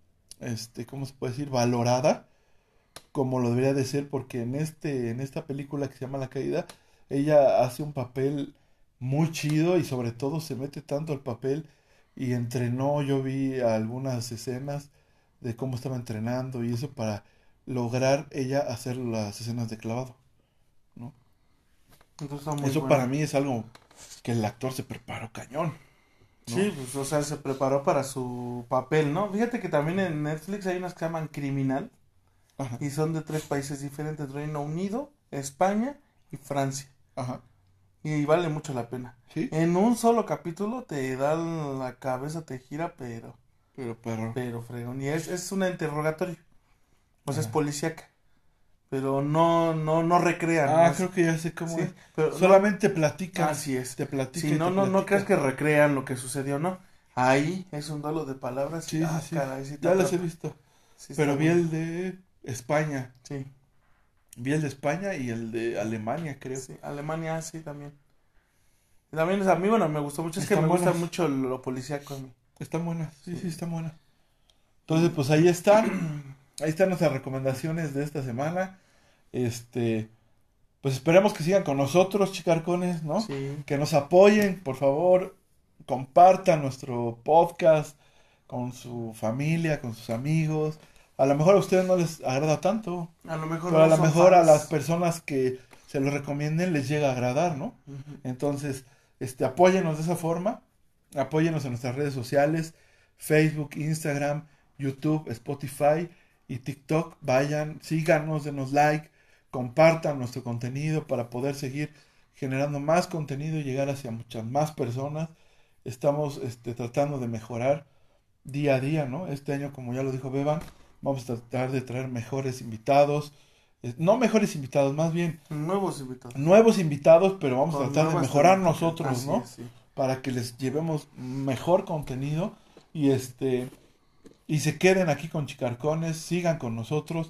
¿cómo se puede decir? Valorada como lo debería de ser, porque en esta película que se llama La Caída, ella hace un papel muy chido y sobre todo se mete tanto al papel y entrenó, yo vi algunas escenas de cómo estaba entrenando y eso para lograr ella hacer las escenas de clavado, ¿no? Entonces está muy Eso para buena. mí es algo que el actor se preparó cañón, ¿no? Sí, pues, o sea, se preparó para su papel, ¿no? Fíjate que también en Netflix hay unas que llaman Criminal Ajá, y son de 3 países diferentes: Reino Unido, España y Francia. ajá, Y vale mucho la pena. sí, En un solo capítulo te da la cabeza, te gira, pero perro. pero fregón. Y es un interrogatorio. O sea, es Ajá. policíaca. Pero no recrean. Ah, creo que ya sé cómo Sí, es. pero no, Solamente platican, así es. te platica Si y te no creas platica. que recrean lo que sucedió, ¿no? Ahí es un duelo de palabras y, Sí, sí, sí. caray, sí te Ya las he atrapa. visto. Sí está Pero vi bueno. el de España. Sí, Vi el de España y el de Alemania, creo. sí. Alemania, sí, también. Y también, a mí, bueno, me gustó mucho. Es que Están me gusta buenas. mucho lo policíaco a mí. Están buenas. Sí, Sí. sí, están buenas. Entonces, pues ahí están. Ahí están nuestras recomendaciones de esta semana. Este, pues esperemos que sigan con nosotros, chicarcones, ¿no? Sí. Que nos apoyen, por favor. Compartan nuestro podcast con su familia, con sus amigos. A lo mejor a ustedes no les agrada tanto, A lo mejor pero a no lo son mejor a las fans. personas que se lo recomienden les llega a agradar, ¿no? Ujú. Entonces, apóyenos de esa forma, apóyenos en nuestras redes sociales, Facebook, Instagram, YouTube, Spotify y TikTok. Vayan, síganos, denos like, compartan nuestro contenido para poder seguir generando más contenido y llegar hacia muchas más personas. Estamos tratando de mejorar día a día, ¿no? Este año, como ya lo dijo Beban, vamos a tratar de traer mejores invitados, no mejores invitados, más bien Nuevos invitados. nuevos invitados, pero vamos a Con tratar de nuevas mejorar temáticas. nosotros, Así ¿no? es, sí. Para que les llevemos mejor contenido y y se queden aquí con Chicarcones, sigan con nosotros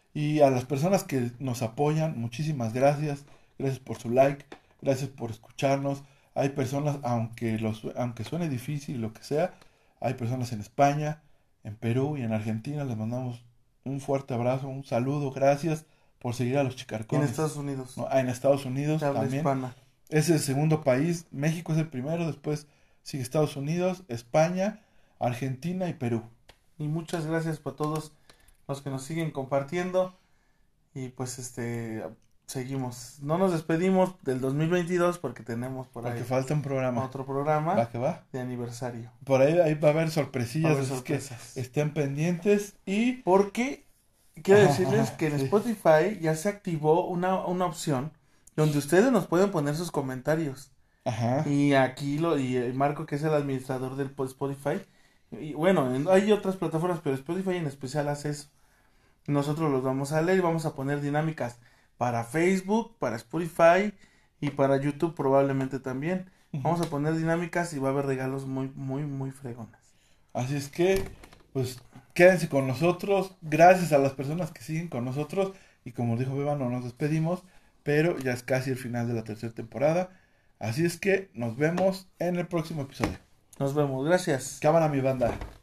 Y a las personas que nos apoyan, muchísimas gracias. Gracias por su like, gracias por escucharnos. Hay personas, aunque suene difícil, lo que sea, hay personas en España, en Perú y en Argentina. Les mandamos un fuerte abrazo, un saludo, gracias por seguir a los Y en Chicarcones. Estados Unidos. ¿No? En Estados Unidos Habla también. hispana. Es el segundo país, México es el primero, después sigue Estados Unidos, España, Argentina y Perú. Y muchas gracias por todos los que nos siguen compartiendo. Y pues seguimos. No nos despedimos del 2022 porque tenemos por Porque ahí falta un programa. otro programa ¿Va que va? de aniversario. Por ahí va a haber sorpresillas, Va a haber así que sorpresas. estén pendientes y... Porque quiero Ajá, decirles ajá, que en sí. Spotify ya se activó una opción donde ustedes nos pueden poner sus comentarios. Ajá. Y aquí Marco, que es el administrador del Spotify, y bueno, hay otras plataformas, pero Spotify en especial hace eso. Nosotros los vamos a leer y vamos a poner dinámicas para Facebook, para Spotify y para YouTube probablemente también. Vamos a poner dinámicas y va a haber regalos muy, muy, muy fregones. Así es que, pues, quédense con nosotros. Gracias a las personas que siguen con nosotros. Y como dijo Beba, no nos despedimos, pero ya es casi el final de la tercera temporada. Así es que nos vemos en el próximo episodio. Nos vemos, gracias. Cámara, mi banda.